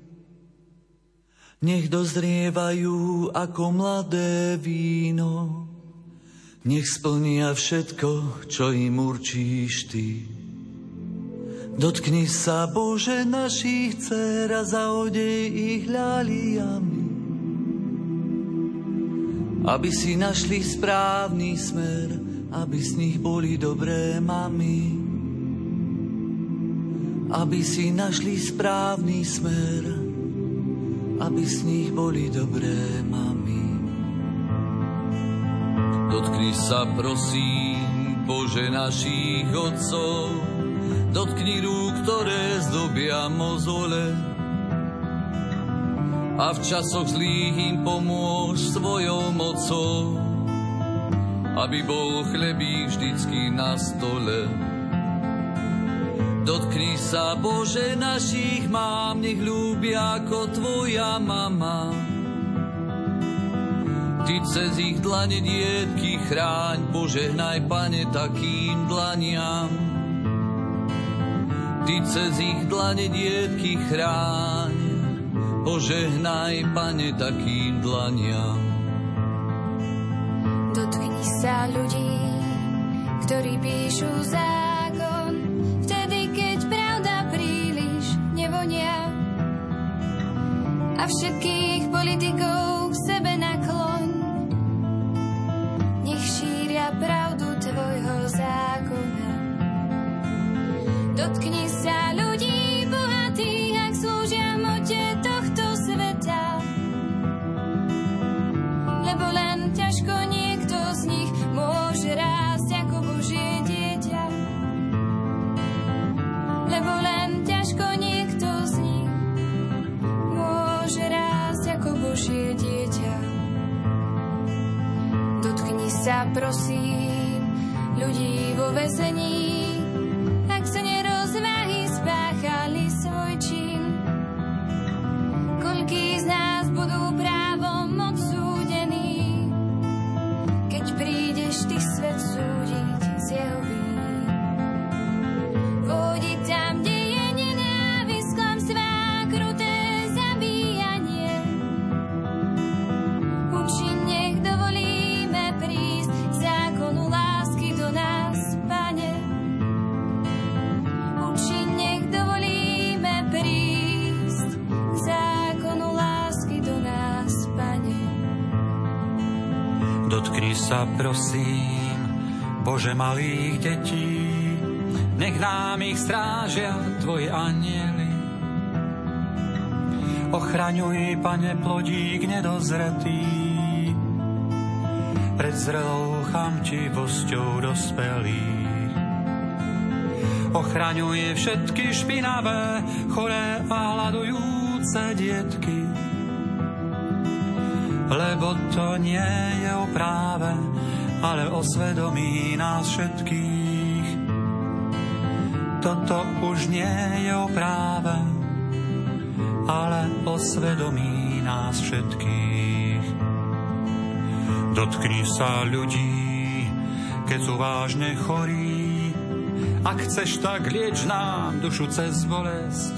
Nech dozrievajú ako mladé víno, nech splnia všetko, čo im určíš ty. Dotkni sa, Bože, našich dcér a zaodej ich ľaliami, aby si našli správny smer, aby z nich boli dobré mamy. Aby si našli správny smer, aby z nich boli dobré mamy. Dotkni sa, prosím, Bože, našich otcov, dotkni rúk, ktoré zdobia mozole, a v časoch zlých im pomôž svojou mocou, aby bol chlebík vždycky na stole. Dotkni sa, Bože, našich mám, nech ľúbia ako tvoja mama. Ty cez ich dlane dietky chráň, požehnaj, Pane, takým dlaniam. Ty cez ich dlane dietky chráň, požehnaj, Pane, takým dlaniam. Dotkni sa ľudí, ktorí píšu zákon, vtedy, keď pravda príliš nevonia. A všetkých politikov k sebe nakloň, nech šíria pravdu tvojho zákona. Dotkni sa ľudí bohatých, ak slúžia mote tohto sveta, lebo len ťažko niekto z nich môže rásť ako Božie dieťa. Lebo len ťažko niekto z nich môže rásť ako Božie dieťa. Dotkni sa, prosím, ľudí vo väzení, ak sa nerozvahy spáchali svoj čin. Koľký z nás budú právom odsúdení, keď prídeš ty svet súdiť z jeho vín. Vôjdi tam, kde je nenávisť, klamstvá, kruté zabíjanie. Učin, nech dovolíme prísť zákonu lásky do nás, Pane. Učin, nech dovolíme prísť zákonu lásky do nás, Pane. Dotkni sa, prosím, Bože, malých detí, nech nám ich strážia tvoji anjeli. Ochraňuj, Pane, plodík nedozretý pred zrelou chamtivosťou dospelých. Ochraňuj všetky špinavé, choré a hladujúce dietky, lebo to nie je o práve, ale o svedomí nás všetkých. Toto už nie je o práve, ale o svedomí nás všetkých. Dotkni sa ľudí, keď sú vážne chorí, ak chceš, tak lieč nám dušu cez bolesť.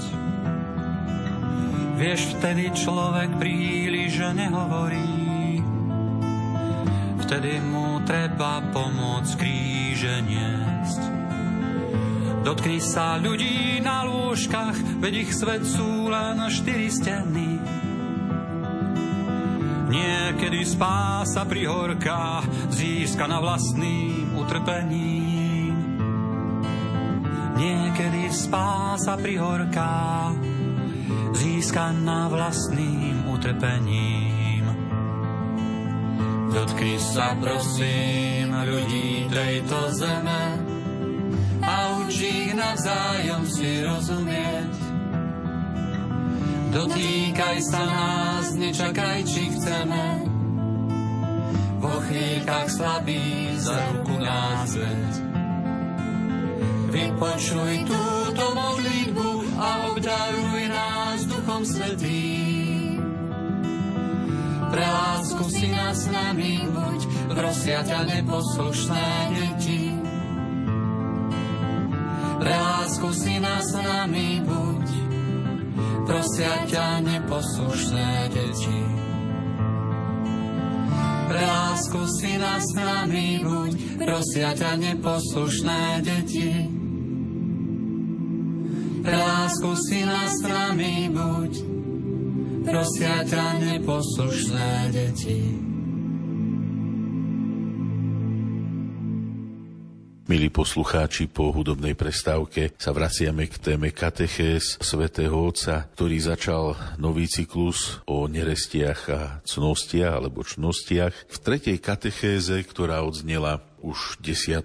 Vieš, vtedy človek príliš nehovorí, vtedy mu treba pomôcť kríže niesť. Dotkni sa ľudí na lôžkach, veď ich svet sú len 4 steny. Niekedy spása prihorká, získaná vlastným utrpením. Niekedy spása prihorká, získaná vlastným utrpením. Dotkni sa prosím ľudí tejto zeme a učí ich navzájom si rozumieť. Dotýkaj sa nás, nečakaj, či chceme, vo chvíľkach slabý za ruku nás veď. Vypočuj túto modlitbu a obdaruj nás Duchom Svätým. Pre lásku Syna s nami buď, prosia ťa neposlušné deti. Pre lásku Syna s nami buď, prosia ťa neposlušné deti. Pre lásku Syna s nami buď, prosia ťa neposlušné deti. Pre lásku Syna s nami buď, prosia ťa neposlušné deti. Milí poslucháči, po hudobnej prestávke sa vraciame k téme katechéz svätého Otca, ktorý začal nový cyklus o nerestiach a cnostiach alebo čnostiach. V tretej katechéze, ktorá odznela už 10.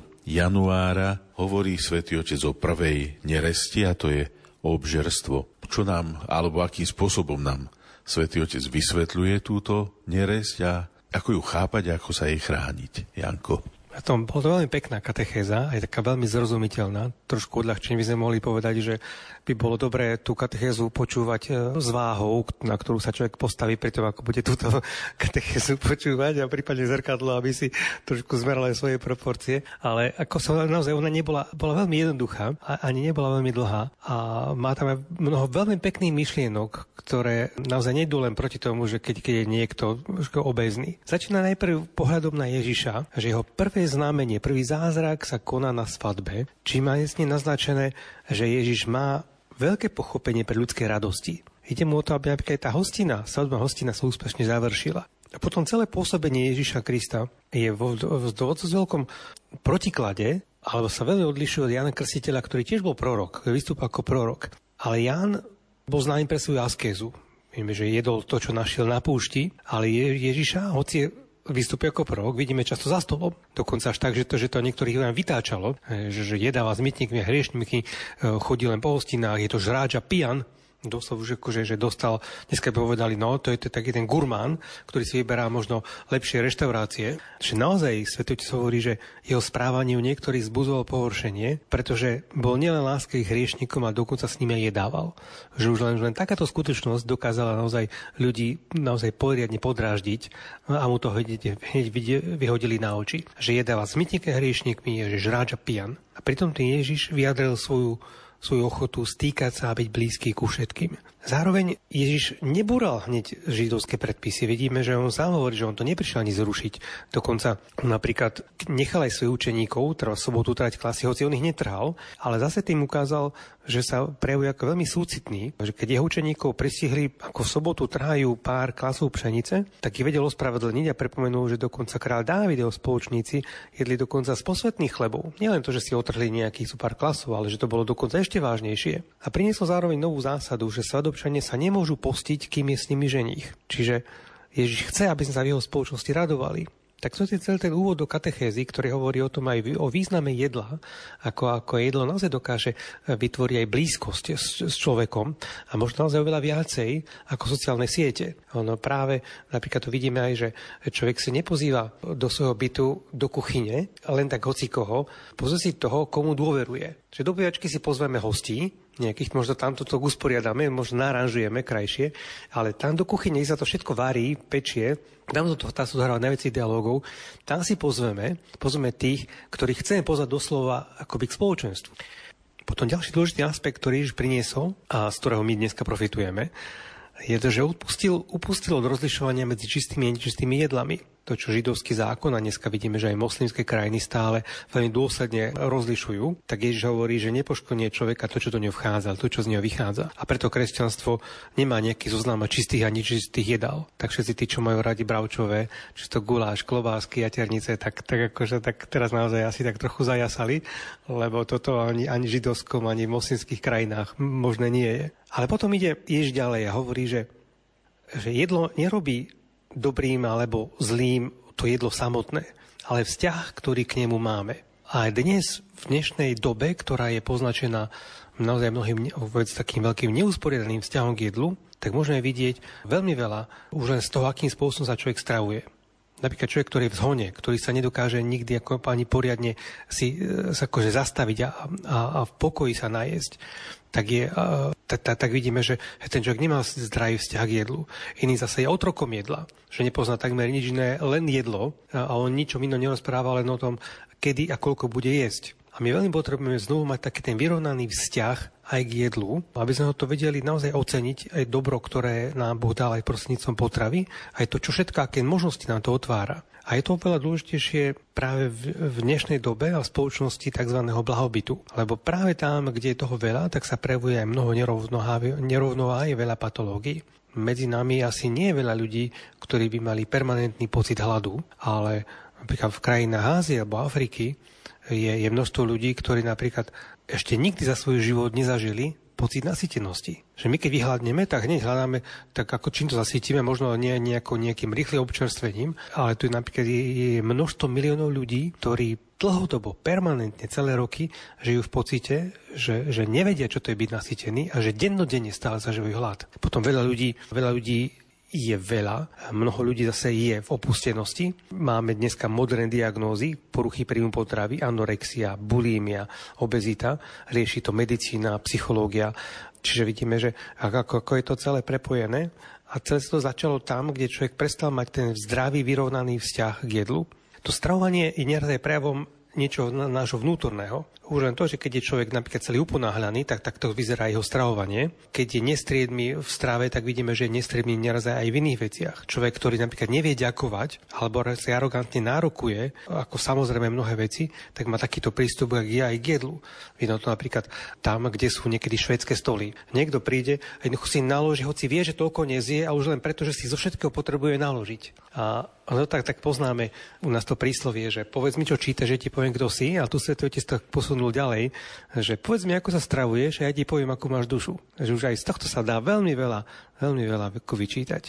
januára, hovorí svätý Otec o prvej neresti, a to je obžerstvo. Čo nám, alebo akým spôsobom nám svätý Otec vysvetľuje túto neresť a ako ju chápať a ako sa jej chrániť. Janko. Bola to veľmi pekná katechéza, aj taká veľmi zrozumiteľná. Trošku odľahčene by sme mohli povedať, že by bolo dobré tú katechézu počúvať s váhou, na ktorú sa človek postaví pri tom, ako bude túto katechézu počúvať, a prípadne zrkadlo, aby si trošku zmeral aj svoje proporcie. Ale ako sa naozaj, ona bola veľmi jednoduchá a ani nebola veľmi dlhá. A má tam aj mnoho veľmi pekných myšlienok, ktoré naozaj nejdú len proti tomu, že keď je niekto obézny. Začína najprv pohľadom na Ježiša, že jeho prvé znamenie, prvý zázrak sa koná na svadbe, čím má jasne naznačené, že Ježiš má veľké pochopenie pre ľudské radosti. Ide mu o to, aby napríklad tá svadobná hostina sa úspešne završila. A potom celé pôsobenie Ježiša Krista je v veľkom protiklade, alebo sa veľmi odlišuje od Jána Krstiteľa, ktorý tiež bol prorok, ktorý vystúpil ako prorok. Ale Ján bol známy pre svoju askézu. Vieme, že jedol to, čo našiel na púšti, ale Ježiša, hoci vystúpi ako prorok, vidíme často za stolom. Dokonca až tak, že to niektorých len vytáčalo, že jedáva s mytníkmi a hriešnikmi, chodí len po hostinách, je to žráč a pijan. Doslovne, že dostal, dneska by povedali, no, to je taký ten gurmán, ktorý si vyberá možno lepšie reštaurácie. Že naozaj Svätý Otec hovorí, že jeho správanie u niektorých zbudzovalo pohoršenie, pretože bol nielen láskavý k hriešnikom, a dokonca s nimi aj jedával. Že už len takáto skutočnosť dokázala naozaj ľudí naozaj poriadne podráždiť a mu to hneď vyhodili na oči. Že jedáva s mytníkmi hriešnikmi, že žráč a pijan. A pritom ten Ježiš vyjadril svoju ochotu stýkať sa a byť blízky ku všetkým. Zároveň Ježiš nebúral hneď židovské predpisy. Vidíme, že on sám hovorí, že on to neprišiel ani zrušiť. Dokonca napríklad nechal aj svojich učeníkov, v sobotu trhať klasy, hoci on ich netrhal, ale zase tým ukázal, že sa prejavuje ako veľmi súcitný. Že keď jeho učeníkov pristihli, ako v sobotu trhajú pár klasov pšenice, tak ich vedel ospravedlniť a pripomenul, že dokonca kráľ Dávid a spoločníci jedli dokonca z posvätných chlebov. Nielen to, že si otrhli nejakých pár klasov, ale že to bolo dokonca ešte vážnejšie. A priniesol zároveň novú zásadu, že svadobčania sa nemôžu postiť, kým je s nimi ženích. Čiže Ježiš chce, aby sme sa v jeho spoločnosti radovali. Tak to je celý ten úvod do katechézy, ktorý hovorí o tom aj o význame jedla, ako jedlo naozaj dokáže vytvoriť aj blízkosť s človekom a možno naozaj oveľa viacej ako sociálne siete. Ono práve, napríklad to vidíme aj, že človek si nepozýva do svojho bytu do kuchyne, len tak hocikoho, pozrie si toho, komu dôveruje. Čiže do pojačky si pozveme hostí, nejakých, možno tamto to usporiadame, možno naranžujeme krajšie, ale tam do kuchyne sa to všetko varí, pečie, tam do toho tá sú zahráva najväčších dialogov, tam si pozveme tých, ktorých chceme pozvať doslova akoby k spoločenstvu. Potom ďalší dôležitý aspekt, ktorý Ježiš priniesol a z ktorého my dneska profitujeme, je to, že upustil od rozlišovania medzi čistými a nečistými jedlami. To, čo židovský zákon, a dneska vidíme, že aj moslimské krajiny stále veľmi dôsledne rozlišujú, tak Ježiš hovorí, že nepoškodí človeka to, čo do neho vchádza, ale to, čo z neho vychádza. A preto kresťanstvo nemá nejaký zoznam čistých a nečistých jedál. Tak všetci tí, čo majú radi bravčové, čisto guláš, klobásky, jaternice, tak teraz naozaj asi tak trochu zajasali, lebo toto ani v židovskom, ani v moslimských krajinách možné nie je. Ale potom ide Ježiš ďalej a hovorí, že jedlo nerobí dobrým alebo zlým to jedlo samotné, ale vzťah, ktorý k nemu máme. A dnes, v dnešnej dobe, ktorá je poznačená naozaj mnohým takým veľkým neusporiadaným vzťahom k jedlu, tak môžeme vidieť veľmi veľa už len z toho, akým spôsobom sa človek stravuje. Napríklad človek, ktorý je v zhone, ktorý sa nedokáže nikdy ako ani poriadne si akože zastaviť a v pokoji sa najesť, tak vidíme, že ten človek nemá zdravý vzťah k jedlu. Iný zase je otrokom jedla, že nepozná takmer nič iné, len jedlo a on ničom inom nerozpráva, len o tom, kedy a koľko bude jesť. A my veľmi potrebujeme znovu mať taký ten vyrovnaný vzťah aj k jedlu, aby sme ho to vedeli naozaj oceniť, aj dobro, ktoré nám Boh dal aj prostredníctvom potravy, aj to, čo všetko, aké možnosti nám to otvára. A je to oveľa dôležitejšie práve v dnešnej dobe a v spoločnosti tzv. Blahobytu. Lebo práve tam, kde je toho veľa, tak sa prejavuje aj mnoho nerovnováhy, veľa patológií. Medzi nami asi nie je veľa ľudí, ktorí by mali permanentný pocit hladu, ale napríklad v krajinách Ázie alebo Afriky je množstvo ľudí, ktorí napríklad ešte nikdy za svoj život nezažili pocit nasýtenosti. Že my keď vyhľadneme, tak hneď hľadáme, tak ako čím to zasítime, možno nie nejakým rýchlym občerstvením, ale tu napríklad je množstvo miliónov ľudí, ktorí dlhodobo, permanentne, celé roky žijú v pocite, že nevedia, čo to je byť nasýtený a že dennodenne stále zažívajú hlad. Potom veľa ľudí je veľa. Mnoho ľudí zase je v opustenosti. Máme dneska moderné diagnózy, poruchy príjmu potravy, anorexia, bulímia, obezita. Rieši to medicína, psychológia. Čiže vidíme, že ako je to celé prepojené. A celé sa to začalo tam, kde človek prestal mať ten zdravý, vyrovnaný vzťah k jedlu. To stravovanie je neraz aj prejavom niečo nášho vnútorného. Už len to, že keď je človek napríklad celý uponáhľaný, tak to vyzerá jeho stravovanie. Keď je nestriedmy v strave, tak vidíme, že je nestriedmy neraz aj v iných veciach. Človek, ktorý napríklad nevie ďakovať, alebo si arogantne nárokuje, ako samozrejme mnohé veci, tak má takýto prístup aj k jedlu. Vidno to napríklad tam, kde sú niekedy švédske stoly. Niekto príde a jednoducho si naloží, hoci vie, že toľko nezie, a už len preto, že si zo všetkého potrebuje naložiť. A tak poznáme u nás to príslovie, že povedz mi, čo číta, že ti poviem, kto si, a tu Svätý Otec tak posunul ďalej, že povedz mi, ako sa stravuješ, a ja ti poviem, akú máš dušu. Že už aj z tohto sa dá veľmi veľa vyčítať.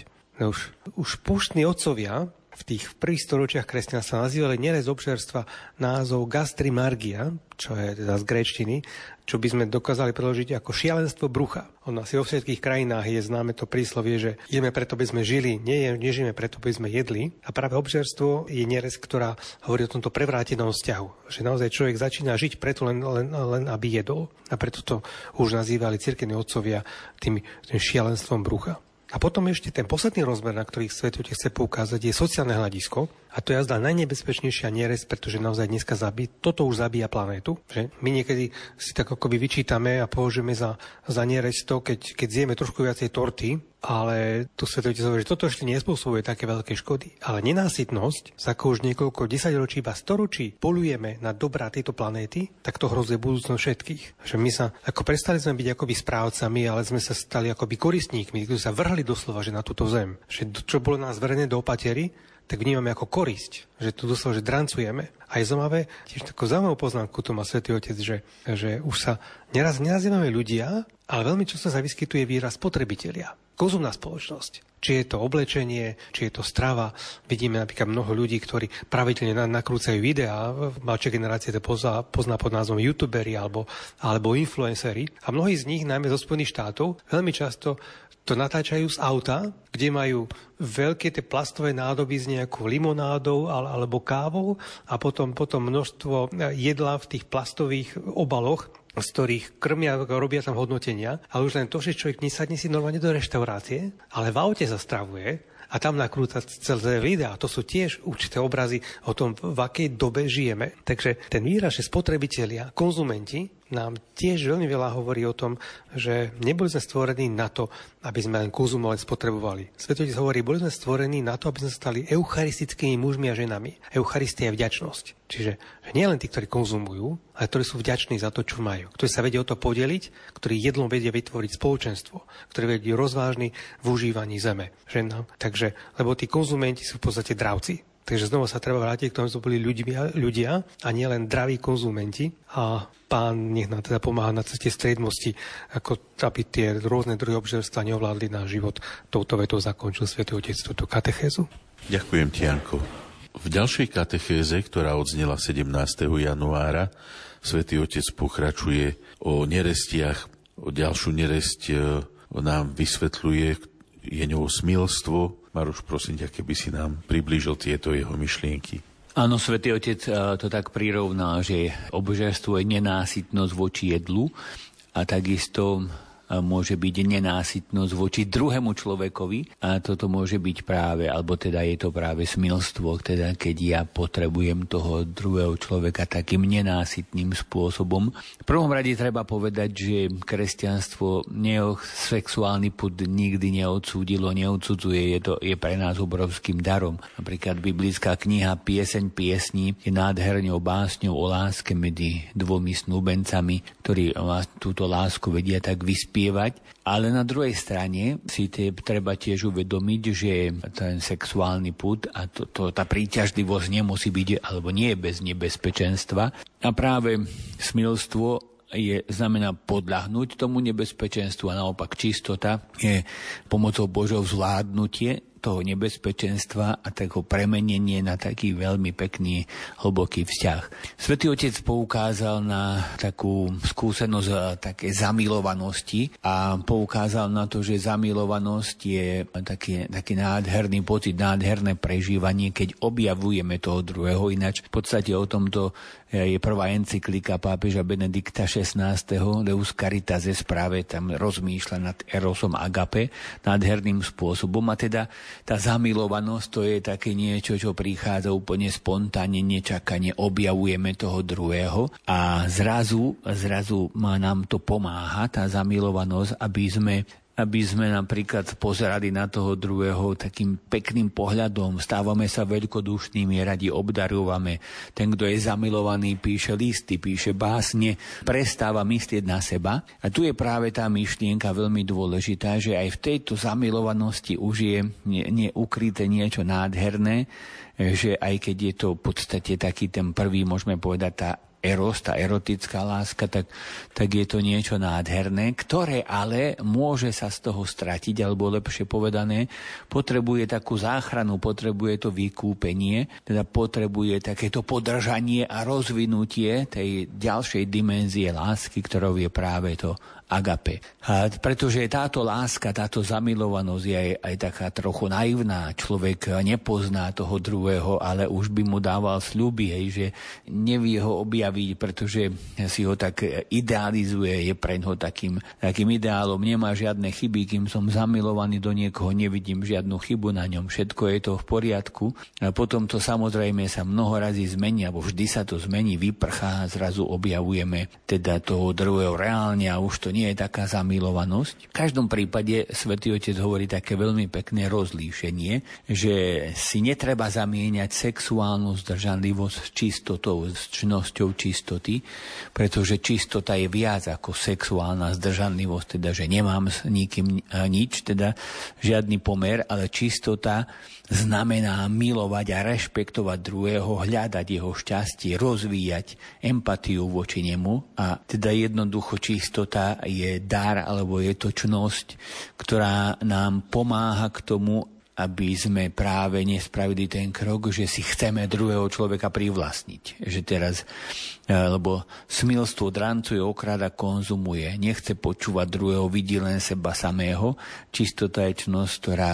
Už púštni otcovia v tých prvých storočiach kresťanstva nazývali nerez obžerstva názov gastrimargia, čo je teda z gréčtiny, čo by sme dokázali preložiť ako šialenstvo brucha. Ono asi vo všetkých krajinách je známe to príslovie, že jeme preto, by sme žili, nežijeme preto, by sme jedli. A práve obžerstvo je nerez, ktorá hovorí o tomto prevrátenom vzťahu. Že naozaj človek začína žiť preto len aby jedol. A preto to už nazývali cirkevní otcovia tým šialenstvom brucha. A potom ešte ten posledný rozmer, na ktorý Svätý Otec chce poukázať, je sociálne hľadisko. A to je azda najnebezpečnejšia nerez, pretože naozaj dneska toto už zabíja planétu. Že my niekedy si tak akoby vyčítame a považujeme za nerez to, keď zjeme trošku viacej torty, ale tu Svätý Otec hovorí, že toto ešte nespôsobuje také veľké škody. Ale nenásytnosť, za ako už niekoľko desaťročí, iba storočí polujeme na dobrá tejto planéty, tak to hrozí budúcnosť všetkých. Že my sa prestali sme byť akoby správcami, ale sme sa stali akoby koristníkmi, ktorí sa vrhli doslova že na túto zem. Že čo bolo nás zverené do opatery, tak vnímame ako korisť, že tu doslova, že drancujeme. A je zaujímavé, tiež takú zaujímavú poznámku tu má Svätý Otec, že už sa neraz nenazývame ľudia, ale veľmi často sa vyskytuje výraz spotrebitelia. Konzumná spoločnosť. Či je to oblečenie, či je to strava. Vidíme napríklad mnoho ľudí, ktorí pravidelne nakrúcajú videá. Mladšia generácia to pozná pod názvom youtuberi alebo influenceri. A mnohí z nich, najmä zo Spojených štátov, veľmi často to natáčajú z auta, kde majú veľké tie plastové nádoby s nejakou limonádou alebo kávou a potom množstvo jedla v tých plastových obaloch, z ktorých krmia, robia tam hodnotenia. Ale už len to, že človek nesadne si normálne do reštaurácie, ale v aute sa stravuje a tam nakrúca celé videá. To sú tiež určité obrazy o tom, v akej dobe žijeme. Takže ten výraz, že spotrebitelia, konzumenti, nám tiež veľmi veľa hovorí o tom, že neboli sme stvorení na to, aby sme len konzumovať spotrebovali. Svätý Otec hovorí, boli sme stvorení na to, aby sme stali eucharistickými mužmi a ženami. Eucharistia je vďačnosť. Čiže že nie len tí, ktorí konzumujú, ale ktorí sú vďační za to, čo majú. Ktorí sa vedia o to podeliť, ktorí jedlom vedia vytvoriť spoločenstvo, ktorí vedia rozvážni v užívaní zeme. Takže, lebo tí konzumenti sú v podstate dravci. Takže znova sa treba vrátiť k tomu, že to boli ľudia a nie len draví konzumenti. A Pán nech nám teda pomáha na ceste striedmosti, ako aby tie rôzne druhy obžerstva neovládli náš život. Touto vetou zakončil Svätý Otec túto katechézu. Ďakujem ti, Janko. V ďalšej katechéze, ktorá odznela 17. januára, Svätý Otec pokračuje o nerestiach, o ďalšiu neresť nám vysvetľuje, je ňou smilstvo. Maruš, prosím ťa, keby si nám priblížil tieto jeho myšlienky. Áno, Svätý Otec to tak prirovná, že obžerstvo je nenásytnosť voči jedlu a takisto môže byť nenásytnosť voči druhému človekovi a toto môže byť práve, alebo teda je to práve smilstvo, teda keď ja potrebujem toho druhého človeka takým nenásytným spôsobom. V prvom rade treba povedať, že kresťanstvo sexuálny pud nikdy neodsúdilo, neodsudzuje, je pre nás obrovským darom. Napríklad biblická kniha Pieseň piesní je nádhernou básňou o láske medzi dvomi snúbencami, ktorí túto lásku vedia tak vyspieť. Ale na druhej strane si treba tiež uvedomiť, že ten sexuálny pud a tá príťažlivosť nemusí byť, alebo nie je bez nebezpečenstva. A práve smilstvo znamená podľahnúť tomu nebezpečenstvu a naopak čistota je pomocou Božou zvládnutie toho nebezpečenstva a takého premenenie na taký veľmi pekný, hlboký vzťah. Svätý Otec poukázal na takú skúsenosť také zamilovanosti a poukázal na to, že zamilovanosť je taký nádherný pocit, nádherné prežívanie, keď objavujeme toho druhého. Ináč v podstate o tomto je prvá encyklika pápeža Benedikta XVI. Deus Caritatis práve tam rozmýšľa nad erosom agape nádherným spôsobom. A teda tá zamilovanosť to je také niečo, čo prichádza úplne spontánne, nečakane, objavujeme toho druhého a zrazu nám to pomáha, tá zamilovanosť, aby sme napríklad pozerali na toho druhého takým pekným pohľadom, stávame sa veľkodušnými, radi obdarujeme. Ten, kto je zamilovaný, píše listy, píše básne, prestáva myslieť na seba. A tu je práve tá myšlienka veľmi dôležitá, že aj v tejto zamilovanosti už je ukryté niečo nádherné, že aj keď je to v podstate taký ten prvý, môžeme povedať, tá erotická láska, tak je to niečo nádherné, ktoré ale môže sa z toho stratiť, alebo lepšie povedané, potrebuje takú záchranu, potrebuje to vykúpenie, teda potrebuje takéto podržanie a rozvinutie tej ďalšej dimenzie lásky, ktorou je práve to agape. A pretože táto láska, táto zamilovanosť je aj taká trochu naivná. Človek nepozná toho druhého, ale už by mu dával sľuby, že nevie ho objaviť, pretože si ho tak idealizuje, je pre ňoho takým ideálom, nemá žiadne chyby, kým som zamilovaný do niekoho, nevidím žiadnu chybu na ňom, všetko je to v poriadku. A potom to samozrejme sa mnoho razy zmení, alebo vždy sa to zmení, vyprchá a zrazu objavujeme teda toho druhého reálne a už to nie je taká zamilovanosť. V každom prípade Svätý Otec hovorí také veľmi pekné rozlíšenie, že si netreba zamieňať sexuálnu zdržanlivosť s čistotou, s čnosťou čistoty, pretože čistota je viac ako sexuálna zdržanlivosť, teda že nemám s nikým nič, teda žiadny pomer, ale čistota znamená milovať a rešpektovať druhého, hľadať jeho šťastie, rozvíjať empatiu voči nemu a teda jednoducho čistota je dar alebo je to čnosť, ktorá nám pomáha k tomu, aby sme práve nespravili ten krok, že si chceme druhého človeka privlastniť. Že teraz, lebo smilstvo drancuje, okráda, konzumuje, nechce počúvať druhého, vidí len seba samého. Čistota je čnosť,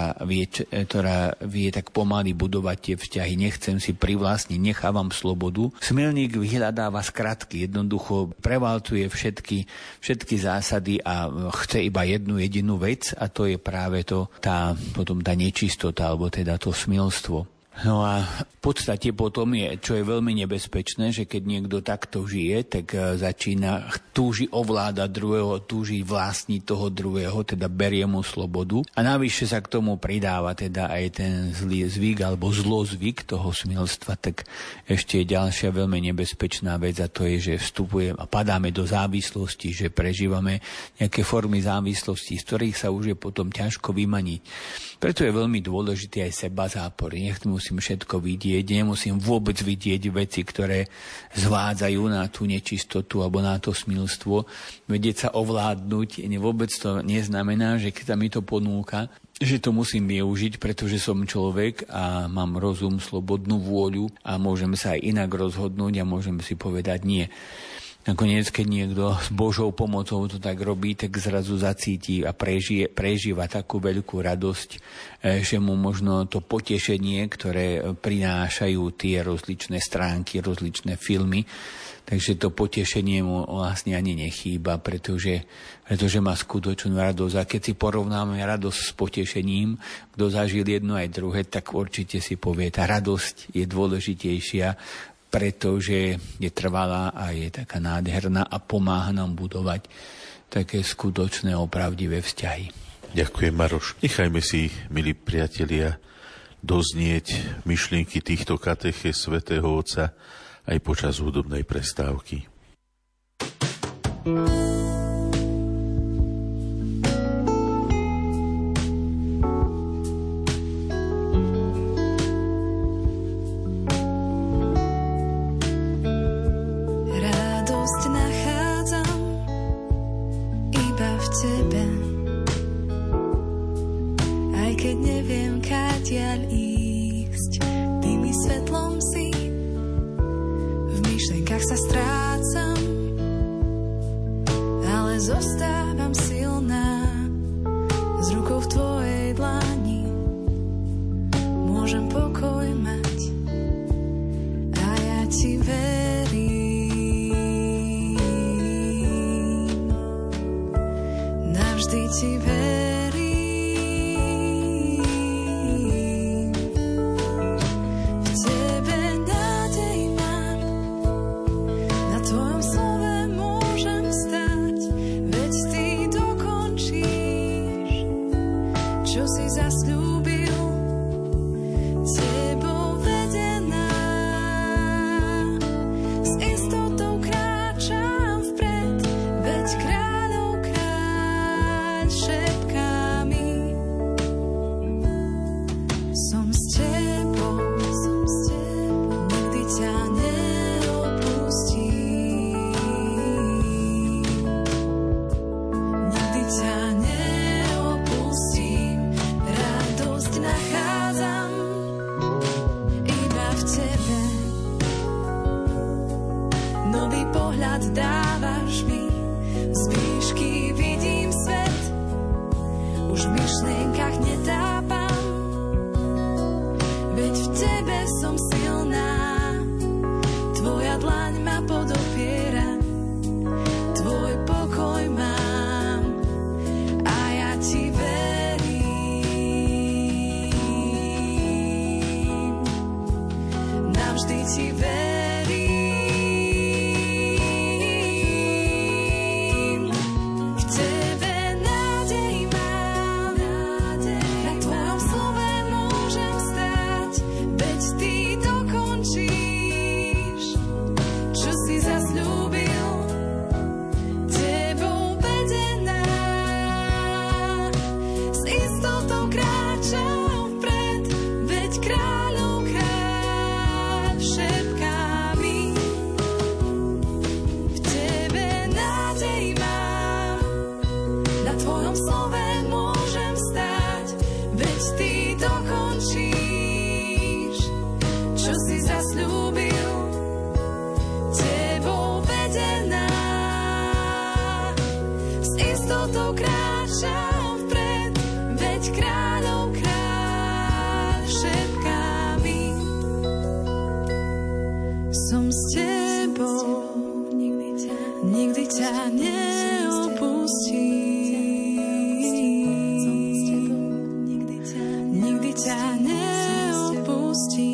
ktorá vie tak pomaly budovať tie vzťahy. Nechcem si privlastniť, nechávam slobodu. Smilník vyhľadáva skratky, jednoducho prevalcuje všetky zásady a chce iba jednu jedinú vec a to je práve potom tá nečistota, alebo teda to smilstvo. No a v podstate potom je, čo je veľmi nebezpečné, že keď niekto takto žije, tak začína túži ovládať druhého, túži vlastniť toho druhého, teda berie mu slobodu. A navyše sa k tomu pridáva teda aj ten zlý zvyk alebo zlozvyk toho smilstva, tak ešte je ďalšia veľmi nebezpečná vec a to je, že vstupujeme a padáme do závislosti, že prežívame nejaké formy závislosti, z ktorých sa už je potom ťažko vymaniť. Preto je veľmi dôležitý aj seba zápor. Nemusím všetko vidieť, nemusím vôbec vidieť veci, ktoré zvádzajú na tú nečistotu alebo na to smilstvo. Vedieť sa ovládnuť, vôbec to neznamená, že keď sa mi to ponúka, že to musím využiť, pretože som človek a mám rozum, slobodnú vôľu a môžem sa aj inak rozhodnúť a môžem si povedať nie. Nakoniec, keď niekto s Božou pomocou to tak robí, tak zrazu zacíti a prežíva takú veľkú radosť, že mu možno to potešenie, ktoré prinášajú tie rozličné stránky, rozličné filmy, takže to potešenie mu vlastne ani nechýba, pretože má skutočnú radosť. A keď si porovnáme radosť s potešením, kto zažil jedno aj druhé, tak určite si povie, tá radosť je dôležitejšia, pretože je trvalá a je taká nádherná a pomáha nám budovať také skutočné, opravdivé vzťahy. Ďakujem, Maroš. Nechajme si, milí priatelia, doznieť myšlienky týchto kateché svätého Otca aj počas hudobnej prestávky. Nikdy ťa neopustím.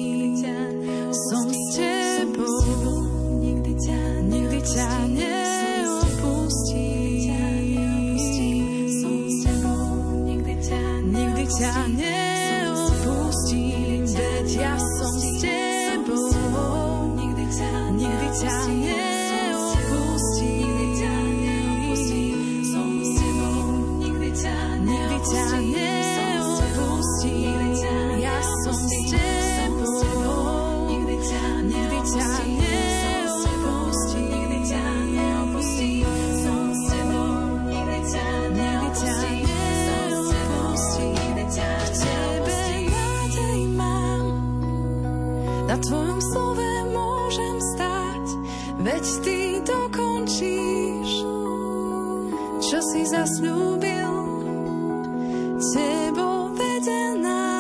ťa neopustím, veď ja som s tebou. Nikdy ťa neopustím, som s tebou. Nikdy ťa neopustím, ja som s tebou. Nikdy ťa neopustím, som s tebou. Nikdy ťa neopustím, na tvojom slove môžem stáť, veď ty dokončíš, čo si zasľúbil, tebou vedená.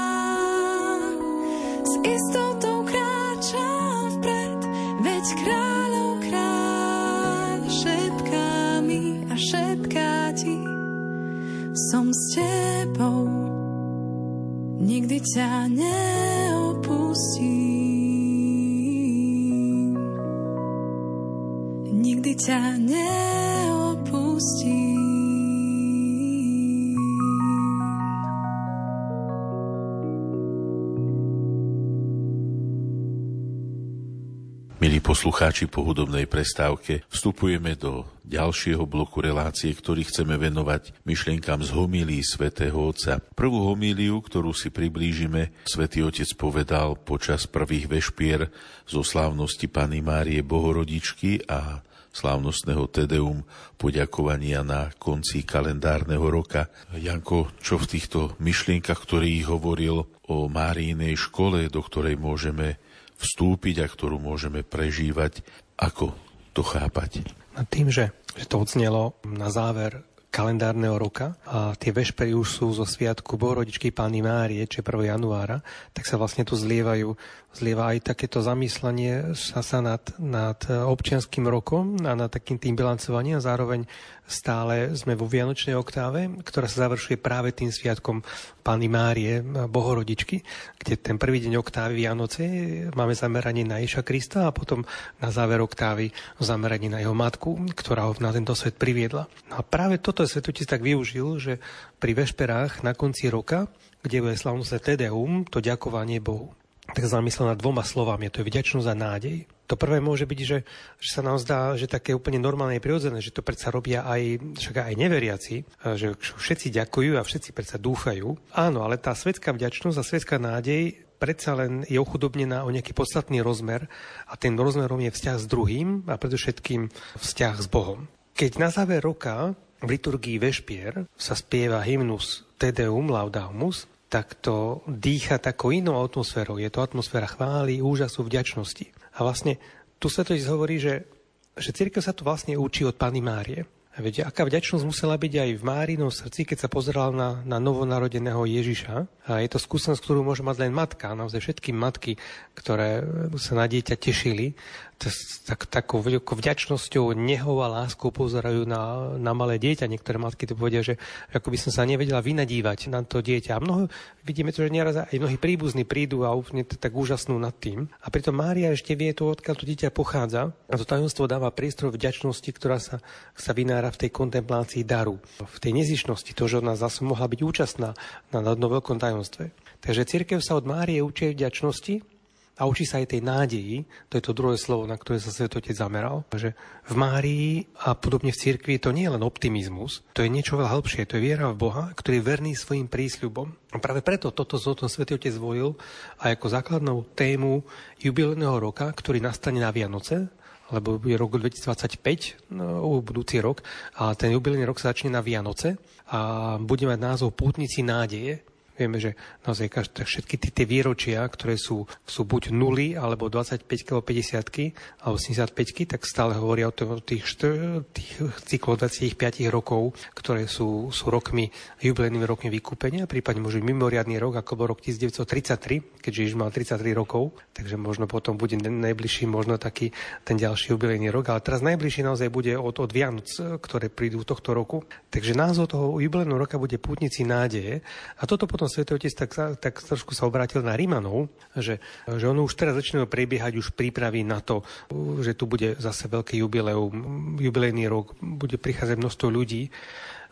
S istotou kráčam vpred, veď kráľov kráľ šepká mi a šepká ti, som s tebou, nikdy ťa neopustím. Nikdy ťa neopustím. Milí poslucháči, po hudobnej prestávke vstupujeme do ďalšieho bloku relácie, ktorý chceme venovať myšlienkam z homílií svätého Otca. Prvú homíliu, ktorú si priblížime, svätý Otec povedal počas prvých vešpier zo slávnosti Panny Márie Bohorodičky a slávnostného Tedeum poďakovania na konci kalendárneho roka. Janko, čo v týchto myšlienkach, ktorých hovoril o Máriinej škole, do ktorej môžeme vstúpiť a ktorú môžeme prežívať, ako to chápať? Nad tým, že to odznelo na záver kalendárneho roka a tie vešpery už sú zo sviatku Bohorodičky Panny Márie, čo je 1. januára, tak sa vlastne tu zlieva aj takéto zamyslenie sa nad občianskym rokom a nad takým tým bilancovaním a zároveň stále sme vo Vianočnej oktáve, ktorá sa završuje práve tým sviatkom Panny Márie Bohorodičky, kde ten prvý deň oktávy Vianoce máme zameranie na Ježiša Krista a potom na záver oktávy zameranie na jeho matku, ktorá ho na tento svet priviedla. No a práve toto Svätý Otec tak využil, že pri vešperách na konci roka, kde bude slávnostné Tedeum, to ďakovanie Bohu, tak zamyslel nad 2 slovami, to je vďačnosť a nádej. To prvé môže byť, že sa nám zdá, že také úplne normálne je prirodzené, že to predsa robia aj neveriaci, že všetci ďakujú a všetci predsa dúfajú. Áno, ale tá svetská vďačnosť a svetská nádej predsa len je ochudobnená o nejaký podstatný rozmer a ten rozmerom je vzťah s druhým a predovšetkým vzťah s Bohom. Keď na záver roka v liturgii vešpier sa spieva hymnus Tedeum Laudamus, tak to dýcha takou inou atmosférou. Je to atmosféra chvály, úžasu, vďačnosti. A vlastne tu Svätý Otec hovorí, že cirkev sa tu vlastne učí od Panny Márie. A viete, aká vďačnosť musela byť aj v Márinom srdci, keď sa pozerala na novonarodeného Ježiša. A je to skúsenosť, ktorú môže mať len matka. Naozaj všetky matky, ktoré sa na dieťa tešili, takou veľkou vďačnosťou, nehou a láskou pozerajú na malé dieťa. Niektoré matky to povedia, že ako by som sa nevedela vynadívať na to dieťa. A vidíme to, že nieraz aj mnohí príbuzní prídu a úplne tak úžasnú nad tým. A pritom Mária ešte vie to, odkiaľ to dieťa pochádza. A to tajomstvo dáva priestor vďačnosti, ktorá sa vynára v tej kontemplácii daru. V tej nezišnosti, to, že ona zase mohla byť účastná na jednom veľkom tajomstve. Takže cirkev sa od Márie učí vďačnosti a učí sa aj tej nádeji, to je to druhé slovo, na ktoré sa Svätý Otec zameral, že v Márii a podobne v cirkvi to nie je len optimizmus, to je niečo veľa hĺbšie, to je viera v Boha, ktorý je verný svojim prísľubom. A práve preto toto Svätý Otec zvolil aj ako základnou tému jubilejného roka, ktorý nastane na Vianoce, lebo je rok 2025, budúci rok, a ten jubilejný rok sa začne na Vianoce a bude mať názov Pútnici nádeje. Vieme, že naozaj všetky tie výročia, ktoré sú buď 0, alebo 25 alebo 50 alebo 75, tak stále hovoria o tých cykloch 25 rokov, ktoré sú rokmi, jubilejnými rokmi vykúpenia, prípadne môže byť mimoriadny rok, ako bol rok 1933, keďže Ježiš mal 33 rokov, takže možno potom bude najbližší možno taký ten ďalší jubilejný rok, ale teraz najbližší naozaj bude od Vianoc, ktoré prídu tohto roku. Takže názov toho jubilejného roka bude Pútnici nádeje a toto potom Svätý Otec tak trošku sa obrátil na Rimanov, že ono už teraz začínajú prebiehať už prípravy na to, že tu bude zase veľké jubileum, jubilejný rok, bude prichádzať množstvo ľudí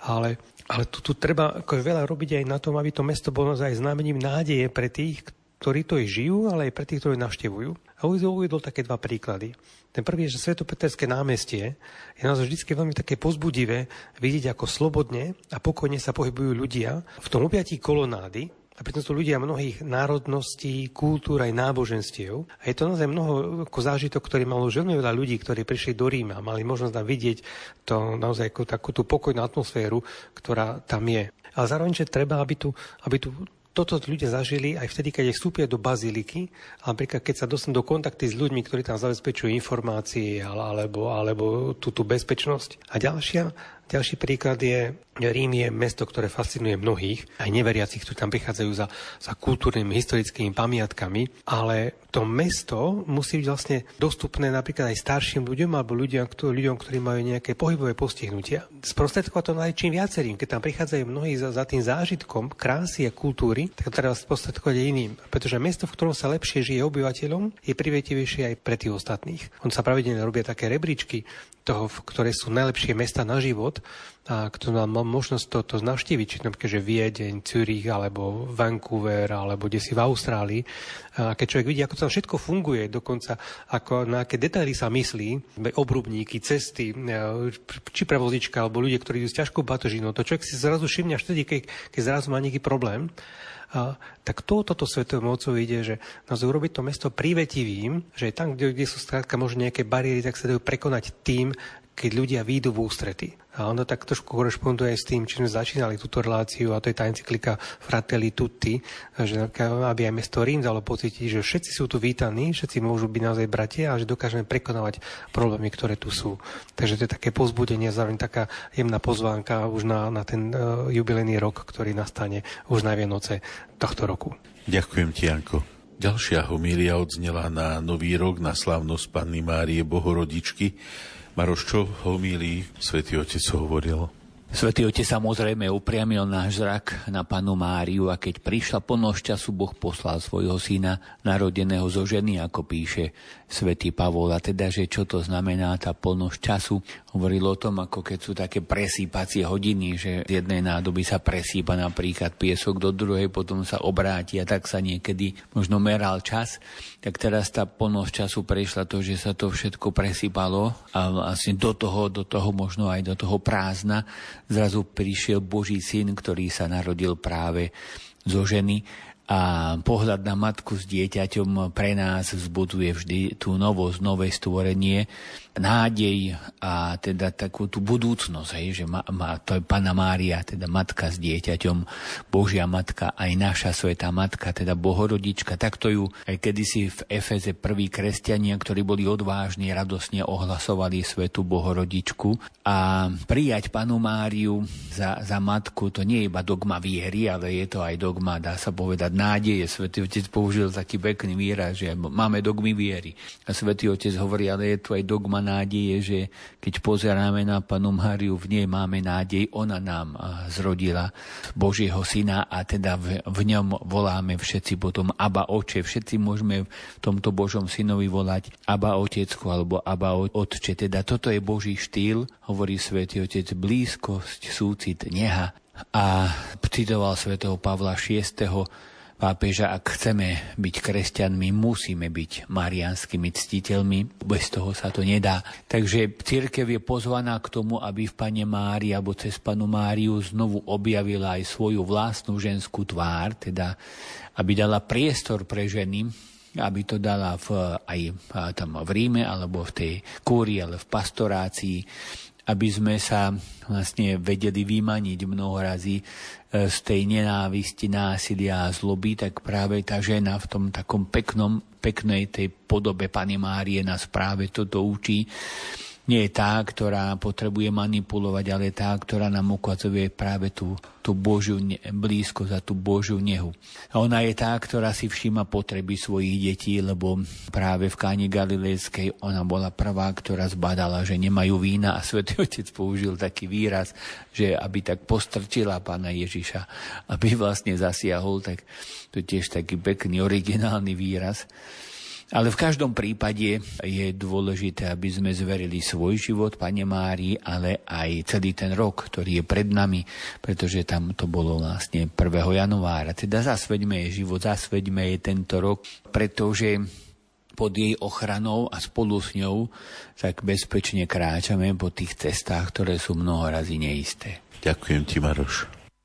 Ale tu treba veľa robiť aj na tom, aby to mesto bolo naozaj znamením nádeje pre tých, ktorí to žijú, ale aj pre tých, ktorí navštevujú. A uvedol také dva príklady. Ten prvý je, že Svätopeterské námestie je naozaj vždy veľmi také povzbudivé vidieť, ako slobodne a pokojne sa pohybujú ľudia v tom objatí kolonády. A pritom sú ľudia mnohých národností, kultúr aj náboženstiev. A je to naozaj mnoho ako zážitok, ktorý malo už veľmi veľa ľudí, ktorí prišli do Ríma a mali možnosť tam vidieť to naozaj ako takú tú pokojnú atmosféru, ktorá tam je. Ale zároveň, že treba, aby tu toto ľudia zažili aj vtedy, keď vstúpia do baziliky, napríklad keď sa dostanú do kontakty s ľuďmi, ktorí tam zabezpečujú informácie alebo tú bezpečnosť. A ďalší príklad je, Rím je mesto, ktoré fascinuje mnohých, aj neveriacich, ktorí tam prichádzajú za kultúrnymi, historickými pamiatkami, ale to mesto musí byť vlastne dostupné napríklad aj starším ľuďom alebo ľuďom, ktorí majú nejaké pohybové postihnutia. Sprostredkovať to čím viacerým. Keď tam prichádzajú mnohí za tým zážitkom krásy a kultúry, tak treba sprostredkovať aj iným. Pretože mesto, v ktorom sa lepšie žije obyvateľom, je privetivejšie aj pre tých ostatných. On sa pravidelne robia také rebríčky toho, ktoré sú najlepšie mesta na život, a kto má možnosť to navštíviť, či napríklad, že Viedeň, Zürich, alebo Vancouver, alebo kde si v Austrálii. A keď človek vidí, ako to všetko funguje, dokonca ako na aké detaily sa myslí, obrubníky, cesty, či pre vozička, alebo ľudia, ktorí idú s ťažkou batožinou, to človek si zrazu všimne až vtedy, keď zrazu má nejaký problém. Tak toto Svätému Otcovi ide, že nás urobiť to mesto privetivým, že tam, kde sú skrátka možno nejaké bariéry, tak sa dajú prekonať tým, keď ľudia výjdu v ústrety. A ono tak trošku korešponduje s tým, či sme začínali túto reláciu, a to je tá encyklika Fratelli Tutti, že aby aj mesto Rím dalo pocítiť, že všetci sú tu vítaní, všetci môžu byť naozaj bratia a že dokážeme prekonávať problémy, ktoré tu sú. Takže to je také povzbudenie, zároveň taká jemná pozvánka už na ten jubilejný rok, ktorý nastane už na Vianoce tohto roku. Ďakujem ti, Janko. Ďalšia homília odznela na Nový rok, na slávnosť Panny Márie Bohorodičky. Maroš, čo v homílii Svätý Otec hovoril? Svätý Otec samozrejme upriamil náš zrak na Pannu Máriu a keď prišla plnosť času, Boh poslal svojho syna, narodeného zo ženy, ako píše svätý Pavol. A teda, že čo to znamená tá plnosť času? Hovorilo o tom, ako keď sú také presýpacie hodiny, že z jednej nádoby sa presýpa napríklad piesok do druhej, potom sa obráti a tak sa niekedy možno meral čas. Tak teraz tá plnosť času prešla to, že sa to všetko presýpalo a vlastne do toho možno aj do toho prázdna zrazu prišiel Boží syn, ktorý sa narodil práve zo ženy. A pohľad na matku s dieťaťom pre nás vzbudzuje vždy tú novosť, nové stvorenie, nádej a teda takú tú budúcnosť, že to je Panna Mária, teda matka s dieťaťom, Božia matka, aj naša svätá matka, teda Bohorodička. Takto ju aj kedysi v Efeze prví kresťania, ktorí boli odvážni, radosne ohlasovali svätú Bohorodičku. A prijať Pannu Máriu za matku, to nie je iba dogma viery, ale je to aj dogma, dá sa povedať, nádeje. Svätý Otec použil taký pekný výraz, že máme dogmy viery. A Svätý Otec hovorí, ale je tu aj dogma nádeje, že keď pozeráme na Pannu Máriu, v nej máme nádej, ona nám zrodila Božieho syna a teda v ňom voláme všetci potom Abba Oče. Všetci môžeme v tomto Božom synovi volať Abba Otecko alebo Abba Otče. Teda toto je Boží štýl, hovorí Svätý Otec, blízkosť, súcit, neha. A citoval svätého Pavla VI. Pápeža, ak chceme byť kresťanmi, musíme byť mariánskymi ctiteľmi, bez toho sa to nedá. Takže cirkev je pozvaná k tomu, aby v Panne Márii alebo cez Pannu Máriu znovu objavila aj svoju vlastnú ženskú tvár, teda aby dala priestor pre ženy, aby to dala aj tam v Ríme, alebo v tej kúrii, ale v pastorácii, aby sme sa vlastne vedeli vymaniť mnoho razy z tej nenávisti, násilia a zloby, tak práve tá žena v tom takom peknej tej podobe Panny Márie nás práve toto učí. Nie je tá, ktorá potrebuje manipulovať, ale tá, ktorá nám ukazuje práve tú Božiu blízkosť a tú Božiu nehu. A ona je tá, ktorá si všíma potreby svojich detí, lebo práve v Káne Galilejskej ona bola prvá, ktorá zbadala, že nemajú vína a Svätý Otec použil taký výraz, že aby tak postrčila Pána Ježiša, aby vlastne zasiahol, tak to je tiež taký pekný, originálny výraz. Ale v každom prípade je dôležité, aby sme zverili svoj život Panne Márii, ale aj celý ten rok, ktorý je pred nami, pretože tam to bolo vlastne 1. januára. Teda zasveďme jej život, zasveďme jej tento rok, pretože pod jej ochranou a spolu s ňou tak bezpečne kráčame po tých cestách, ktoré sú mnoho razy neisté. Ďakujem ti, Maroš.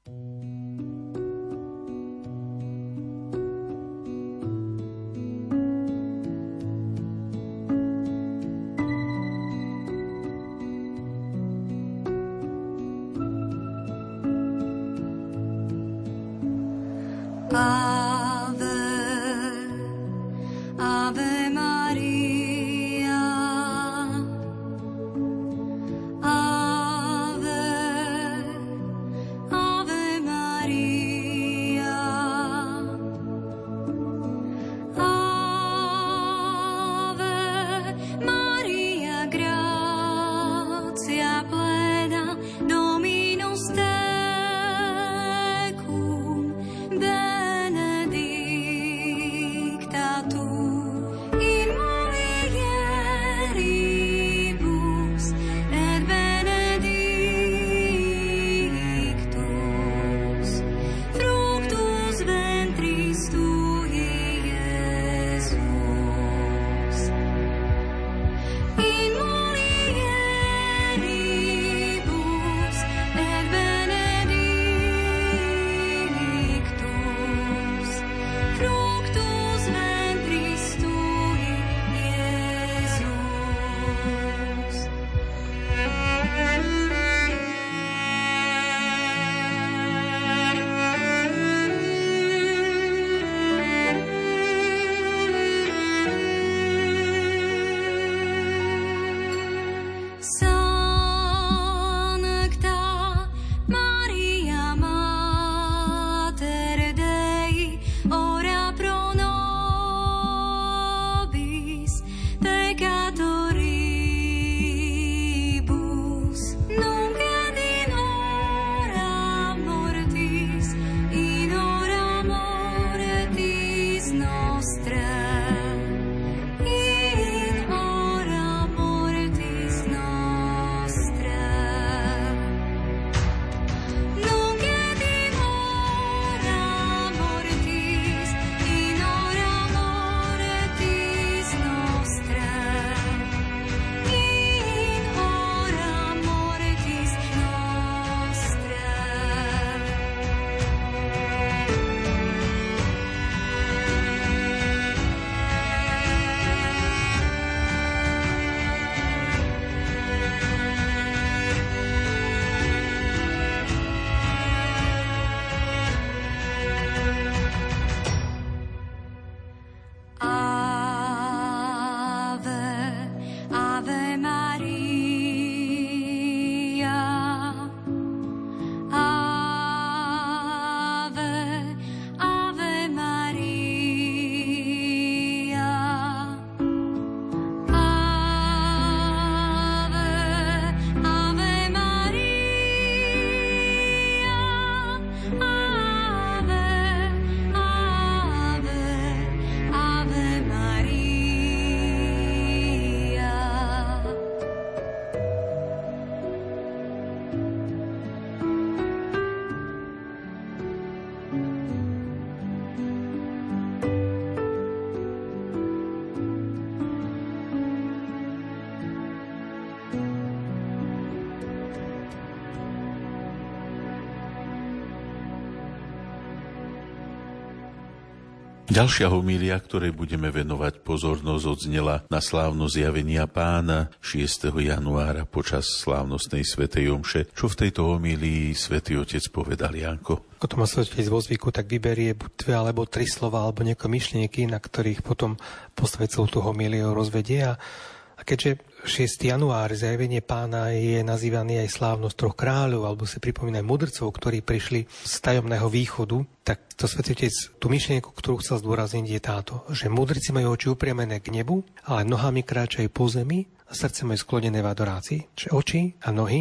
Ďalšia homília, ktorej budeme venovať pozornosť, odznela na slávnosť zjavenia Pána 6. januára počas slávnostnej svätej omše. Čo v tejto homílii svätý Otec povedal, Janko? Ako to má svätý Otec vo zvyku, tak vyberie buď 2 alebo 3 slova alebo nejaké myšlienky, na ktorých potom postaví celú tú homíliu rozvedie. A keďže 6. január, zjavenie Pána, je nazývaný aj slávnosť 3 kráľov, alebo si pripomínajú mudrcov, ktorí prišli z tajomného východu, tak to Svätý Otec, tú myšlienku, ktorú chcel zdôrazniť, je táto, že mudrci majú oči upriamené k nebu, ale nohami kráčajú po zemi a srdce majú sklonené v adorácii. Čiže oči a nohy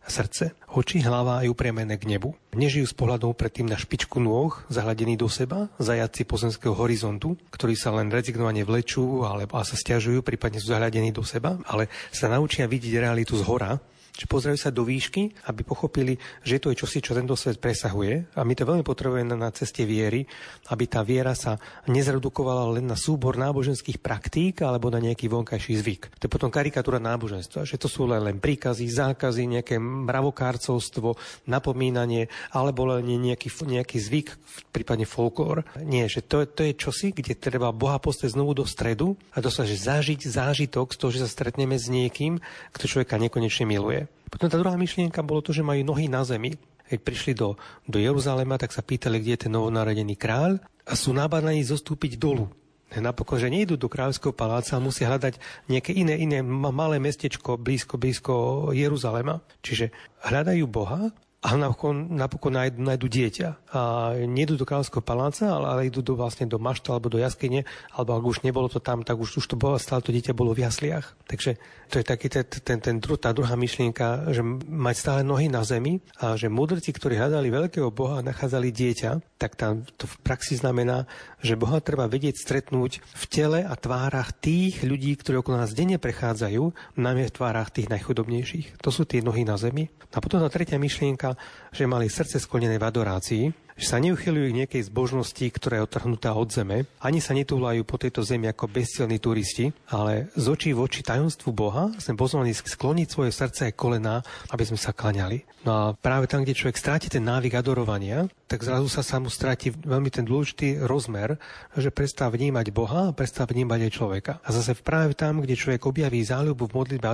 srdce. Oči, hlava aj upriamené k nebu. Nežijú s pohľadom predtým na špičku nôh, zahľadený do seba, zajatci pozemského horizontu, ktorí sa len rezignovane vlečú alebo sa sťažujú, prípadne sú zahľadení do seba, ale sa naučia vidieť realitu zhora. Čiže pozerajú sa do výšky, aby pochopili, že to je čosi, čo tento svet presahuje. A my to veľmi potrebujeme na ceste viery, aby tá viera sa nezredukovala len na súbor náboženských praktík alebo na nejaký vonkajší zvyk. To je potom karikatúra náboženstva, že to sú len príkazy, zákazy, nejaké mravokárcovstvo, napomínanie alebo len nejaký zvyk, prípadne folklór. Nie, že to je čosi, kde treba Boha postaviť znovu do stredu a dosažiť zažiť zážitok z toho, že sa stretneme s niekým, kto človeka nekonečne miluje. Potom tá druhá myšlienka bolo to, že majú nohy na zemi. Keď prišli do Jeruzalema, tak sa pýtali, kde je ten novonarodený kráľ a sú nabádaní zostúpiť dolu. Napokon, že nejdú do kráľovského paláca a musia hľadať nejaké iné malé mestečko blízko Jeruzalema. Čiže hľadajú Boha a napokon nájdu dieťa. A nejdú do kráľovského paláca, ale idú do mašta alebo do jaskyne, alebo ak už nebolo to tam, tak už to bolo, stále to dieťa bolo v jasliach. Takže to je taký tá druhá myšlienka, že mať stále nohy na zemi a že mudrci, ktorí hľadali veľkého Boha a nachádzali dieťa, tak tam to v praxi znamená, že Boha treba vedieť stretnúť v tele a tvárach tých ľudí, ktorí okolo nás denne prechádzajú, najmä v tvárach tých najchudobnejších. To sú tie nohy na zemi. A potom tá tretia myšlienka, že mali srdce sklonené v adorácii, že sa neuchyľujú k nejakej zbožnosti, ktorá je odtrhnutá od zeme, ani sa netúlajú po tejto zemi ako bezcielní turisti, ale z očí v oči tajomstvu Boha sme pozvaní skloniť svoje srdce aj kolená, aby sme sa klaňali. No a práve tam, kde človek stráti ten návyk adorovania, tak zrazu sa mu stráti veľmi ten dôležitý rozmer, že prestáva vnímať Boha a prestáva vnímať aj človeka. A zase práve tam, kde človek objaví záľubu v modlitbe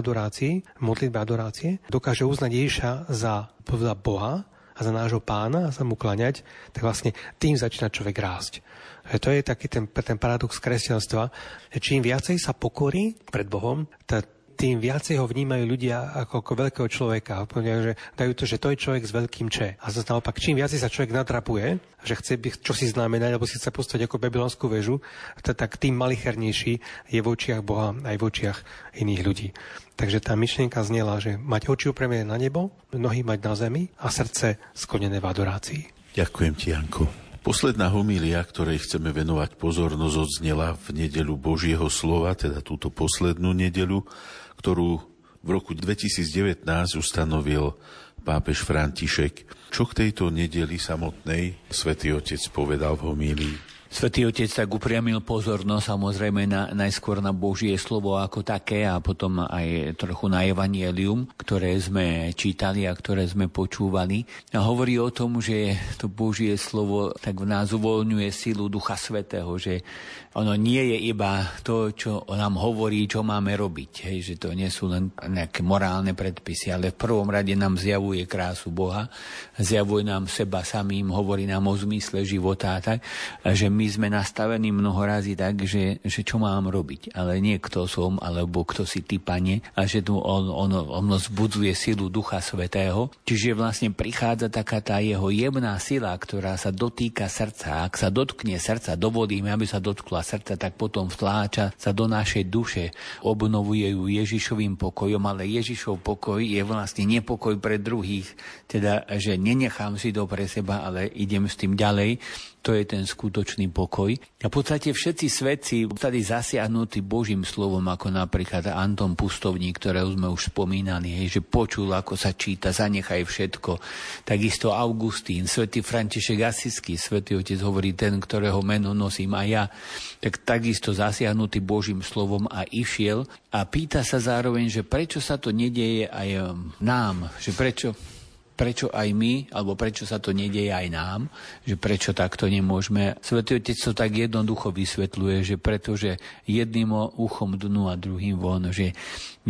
adorácie, dokáže uznať Ježiša za Boha a za nášho Pána a sa mu klaňať, tak vlastne tým začína človek rásť. To je taký ten paradox kresťanstva, že čím viacej sa pokorí pred Bohom, tým viacej ho vnímajú ľudia ako veľkého človeka. Že dajú to, že to je človek s veľkým Č. A zase naopak, čím viacej sa človek natrapuje, že chce čosi znamenať, alebo si chce postaviť ako babylonskú väžu, tak tým malichernejší je v očiach Boha aj v očiach iných ľudí. Takže tá myšlienka znela, že mať oči upremené na nebo, nohy mať na zemi a srdce sklonené v adorácii. Ďakujem ti, Janko. Posledná homília, ktorej chceme venovať pozornosť, odznela v nedeľu Božieho slova, teda túto poslednú nedeľu, ktorú v roku 2019 ustanovil pápež František. Čo k tejto nedeli samotnej Svätý Otec povedal v homílii? Svätý Otec tak upriamil pozornosť samozrejme najskôr na Božie slovo ako také a potom aj trochu na Evangelium, ktoré sme čítali a ktoré sme počúvali. A hovorí o tom, že to Božie slovo tak v nás uvoľňuje silu Ducha Svätého, že ono nie je iba to, čo nám hovorí, čo máme robiť. Hej, že to nie sú len nejaké morálne predpisy, ale v prvom rade nám zjavuje krásu Boha, zjavuje nám seba samým, hovorí nám o zmysle života a tak, a že my sme nastavení mnoho razy tak, že čo mám robiť, ale nie kto som, alebo kto si ty, Pane, a že tu on vzbudzuje silu Ducha Svätého. Čiže vlastne prichádza taká tá jeho jemná sila, ktorá sa dotýka srdca. Ak sa dotkne srdca, dovolíme, aby sa dotkla srdca, tak potom vtláča sa do našej duše, obnovuje ju Ježišovým pokojom, ale Ježišov pokoj je vlastne nepokoj pre druhých, teda, že nenechám si to pre seba, ale idem s tým ďalej. To je ten skutočný pokoj. A v podstate všetci svedci boli zasiahnutí Božím slovom, ako napríklad Anton Pustovník, ktorého sme už spomínali, že počul, ako sa číta, zanechaj všetko. Takisto Augustín, svätý František Asisky, Svätý Otec hovorí, ten, ktorého meno nosím aj ja, tak takisto zasiahnutý Božím slovom a išiel a pýta sa zároveň, že prečo sa to nedieje aj nám, že prečo aj my, alebo prečo sa to nedieje aj nám, že prečo takto nemôžeme. Svätý Otec to tak jednoducho vysvetľuje, že pretože jedným uchom dnu a druhým von, že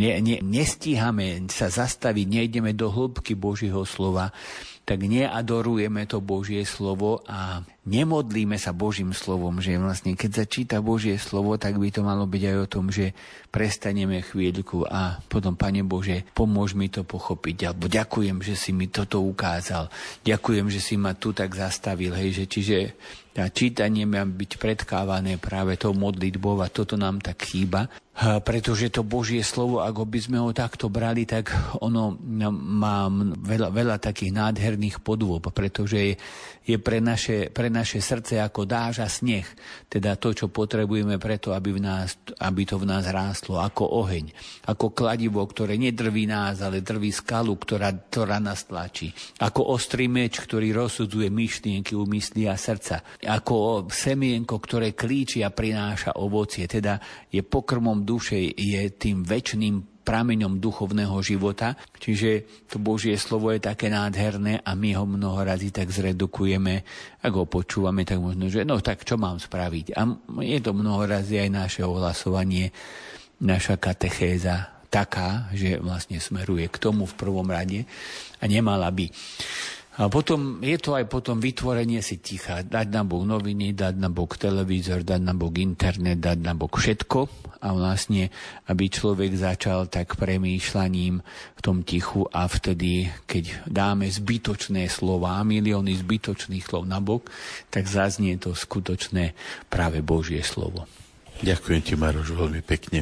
nestíhame sa zastaviť, nejdeme do hĺbky Božieho slova, tak neadorujeme to Božie slovo a nemodlíme sa Božím slovom, že vlastne keď sa číta Božie slovo, tak by to malo byť aj o tom, že prestaneme chvíľku a potom, Pane Bože, pomôž mi to pochopiť, alebo ďakujem, že si mi toto ukázal, ďakujem, že si ma tu tak zastavil, hej, že čiže A čítanie má byť predkávané práve tou modlitbou a toto nám tak chýba. Pretože to Božie slovo, ak by sme ho takto brali, tak ono má veľa takých nádherných podôb, pretože je pre naše srdce ako dážď a sneh. Teda to, čo potrebujeme preto, aby to v nás rástlo, ako oheň, ako kladivo, ktoré nedrví nás, ale drví skalu, ktorá nás tlačí. Ako ostrý meč, ktorý rozsudzuje myšlienky, úmysly a srdca. Ako semienko, ktoré klíči a prináša ovocie. Teda je pokrmom duše, je tým večným prameňom duchovného života. Čiže to Božie slovo je také nádherné a my ho mnoho razy tak zredukujeme, ak ho počúvame, tak možno, že no tak čo mám spraviť? A je to mnoho razy aj naše ohlasovanie, naša katechéza taká, že vlastne smeruje k tomu v prvom rade a nemala by. A potom je to aj potom vytvorenie si ticha. Dať na bok noviny, dať na bok televízor, dať na bok internet, dať na bok všetko a vlastne, aby človek začal tak premýšľaním v tom tichu a vtedy, keď dáme zbytočné slova, milióny zbytočných slov na bok, tak zaznie to skutočné práve Božie slovo. Ďakujem ti, Maroš, veľmi pekne.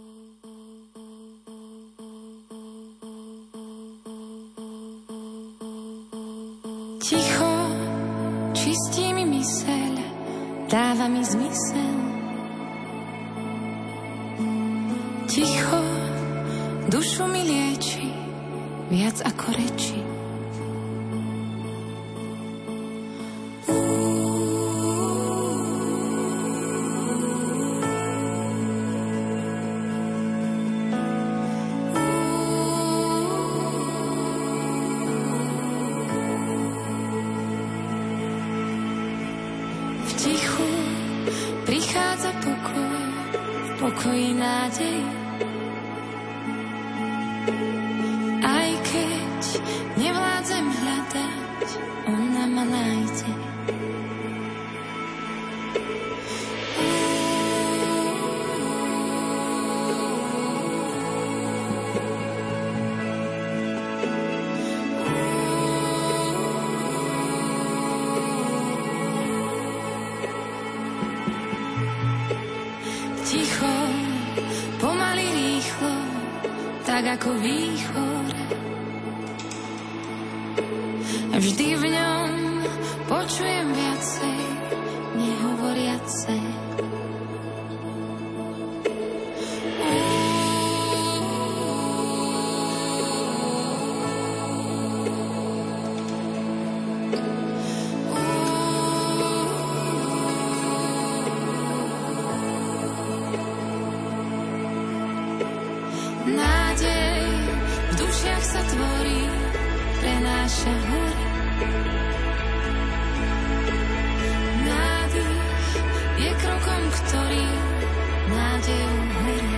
Ticho čistí mi myseľ, dáva mi zmysel. Ticho dušu mi lieči, viac ako reči. Prichádza pokoj, v pokoji nádej. Aj keď nevládzem hľadať, ona ma nájde. Ticho, pomaly rýchlo, tak ako výchor. Vždy v ňom počujem viacej, nehovoriace. Nádej v dušiach sa tvorí, prenáša hory. Nádych je krokom, ktorý nádejou horí.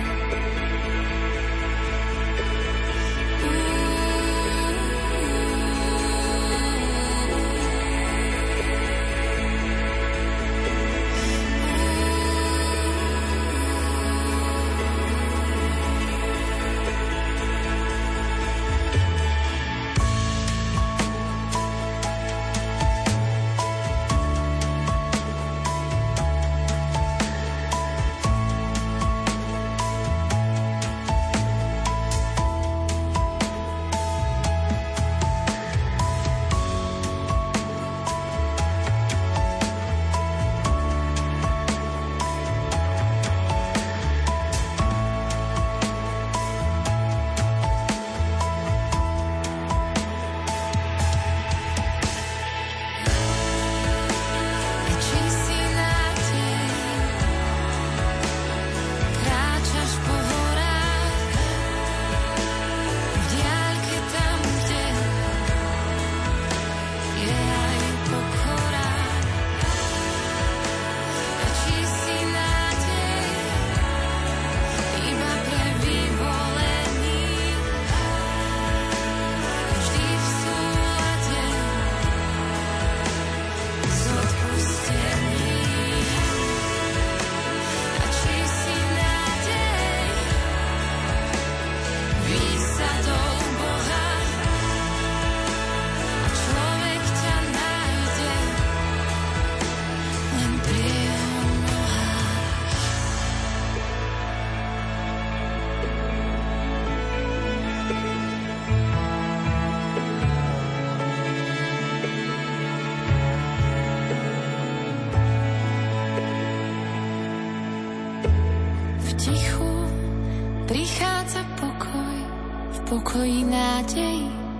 prichádza pokoj, v pokoji nádej.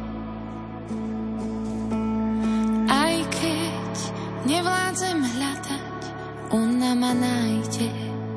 Aj keď nevládzem hľadať, ona ma nájde.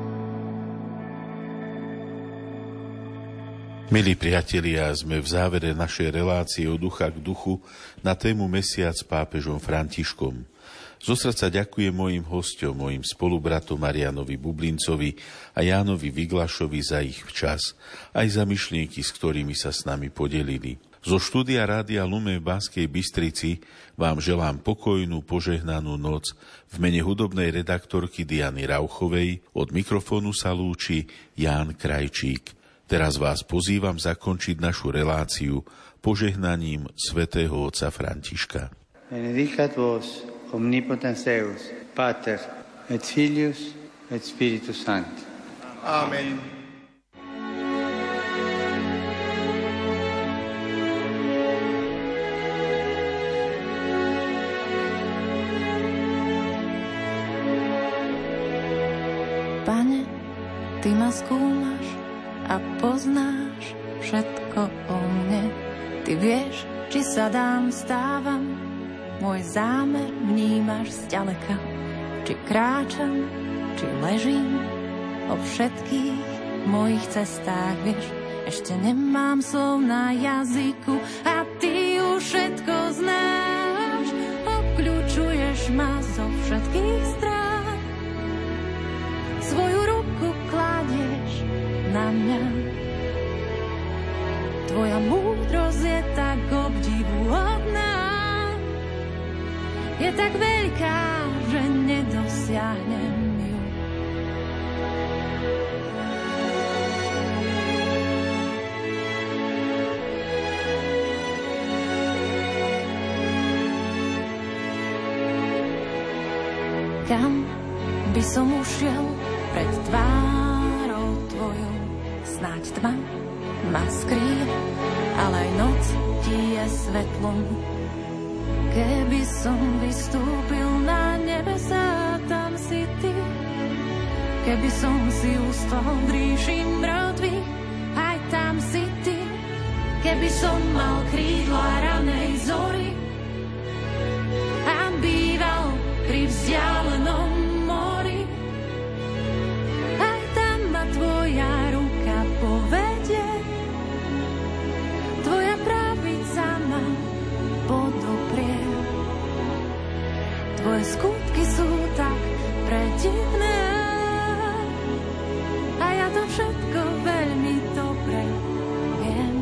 Milí priatelia, sme v závere našej relácie od ducha k duchu na tému Mesiac s pápežom Františkom. Zo srdca ďakujem mojim hosťom, mojim spolubratom Marianovi Bublincovi a Jánovi Viglašovi za ich čas, aj za myšlienky, s ktorými sa s nami podelili. Zo štúdia Rádia Lumen v Banskej Bystrici vám želám pokojnú, požehnanú noc. V mene hudobnej redaktorky Diany Rauchovej od mikrofónu sa lúči Ján Krajčík. Teraz vás pozývam zakončiť našu reláciu požehnaním svätého otca Františka. Benedicat vos omnipotens Deus, Pater et Filius et Spiritus Sancti. Amen. Pane, Ty ma skúmaš a poznáš všetko o mne. Ty vieš, či sa dám, stávam, môj zámer vnímaš zďaleka. Či kráčam, či ležím, o všetkých mojich cestách vieš. Ešte nemám slov na jazyku a ty už všetko znáš. Obkľúčuješ ma zo všetkých strán, svoju ruku kladieš na mňa. Tvoja múdrosť je tak obdivuhodná, je tak veľká, že nedosiahnem ju. Kam by som ušiel pred tvárou tvojou? Snáď tma ma skrýva, ale aj noc ti je svetlom. Keby som vystúpil na nebesá, tam si ty. Keby som si ustal v ríši mŕtvych, aj tam si ty. Keby som mal krídla ranej zory a býval pri vzdialenom mori, aj tam ma tvoja ruka povedie, tvoja pravica ma podoprie. Tvoje skutky sú tak predivné a ja to všetko veľmi dobre viem.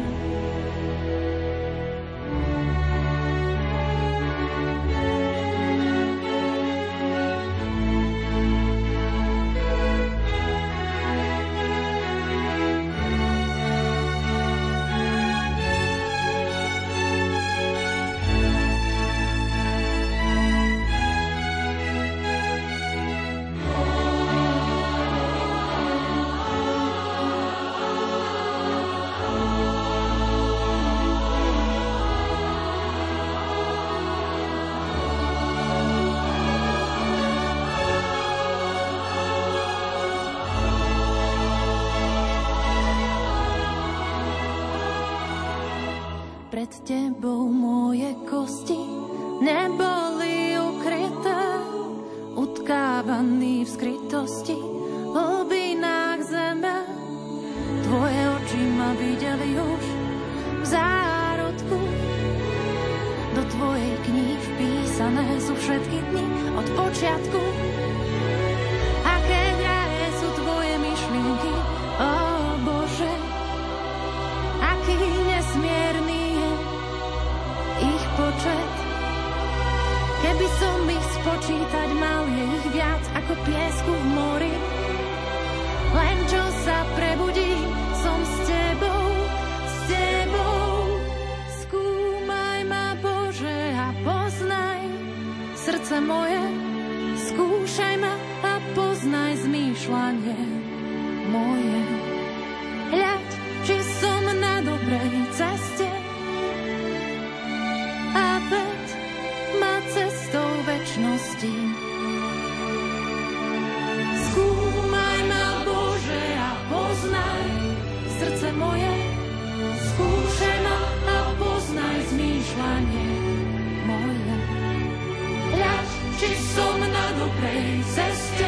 Pred tebou moje kosti neboli ukryté, utkávaný v skrytosti v hlbinách zeme. Tvoje oči ma videli už v zárodku, do tvojej kníh vpísané sú všetky dni od počiatku. Aké drahé sú tvoje myšlienky, ó Bože, aký nesmierny ich počet. Keby som ich spočítať mal, je ich viac ako piesku v mori. Len čo sa prebudí, som s tebou, s tebou. Skúmaj ma, Bože, a poznaj srdce moje. Skúšaj ma a poznaj zmýšľanie moje. Hľaď, či som na dobrej ceste a veď ma cestou večnosti. Skúmaj ma, Bože, a poznaj cesty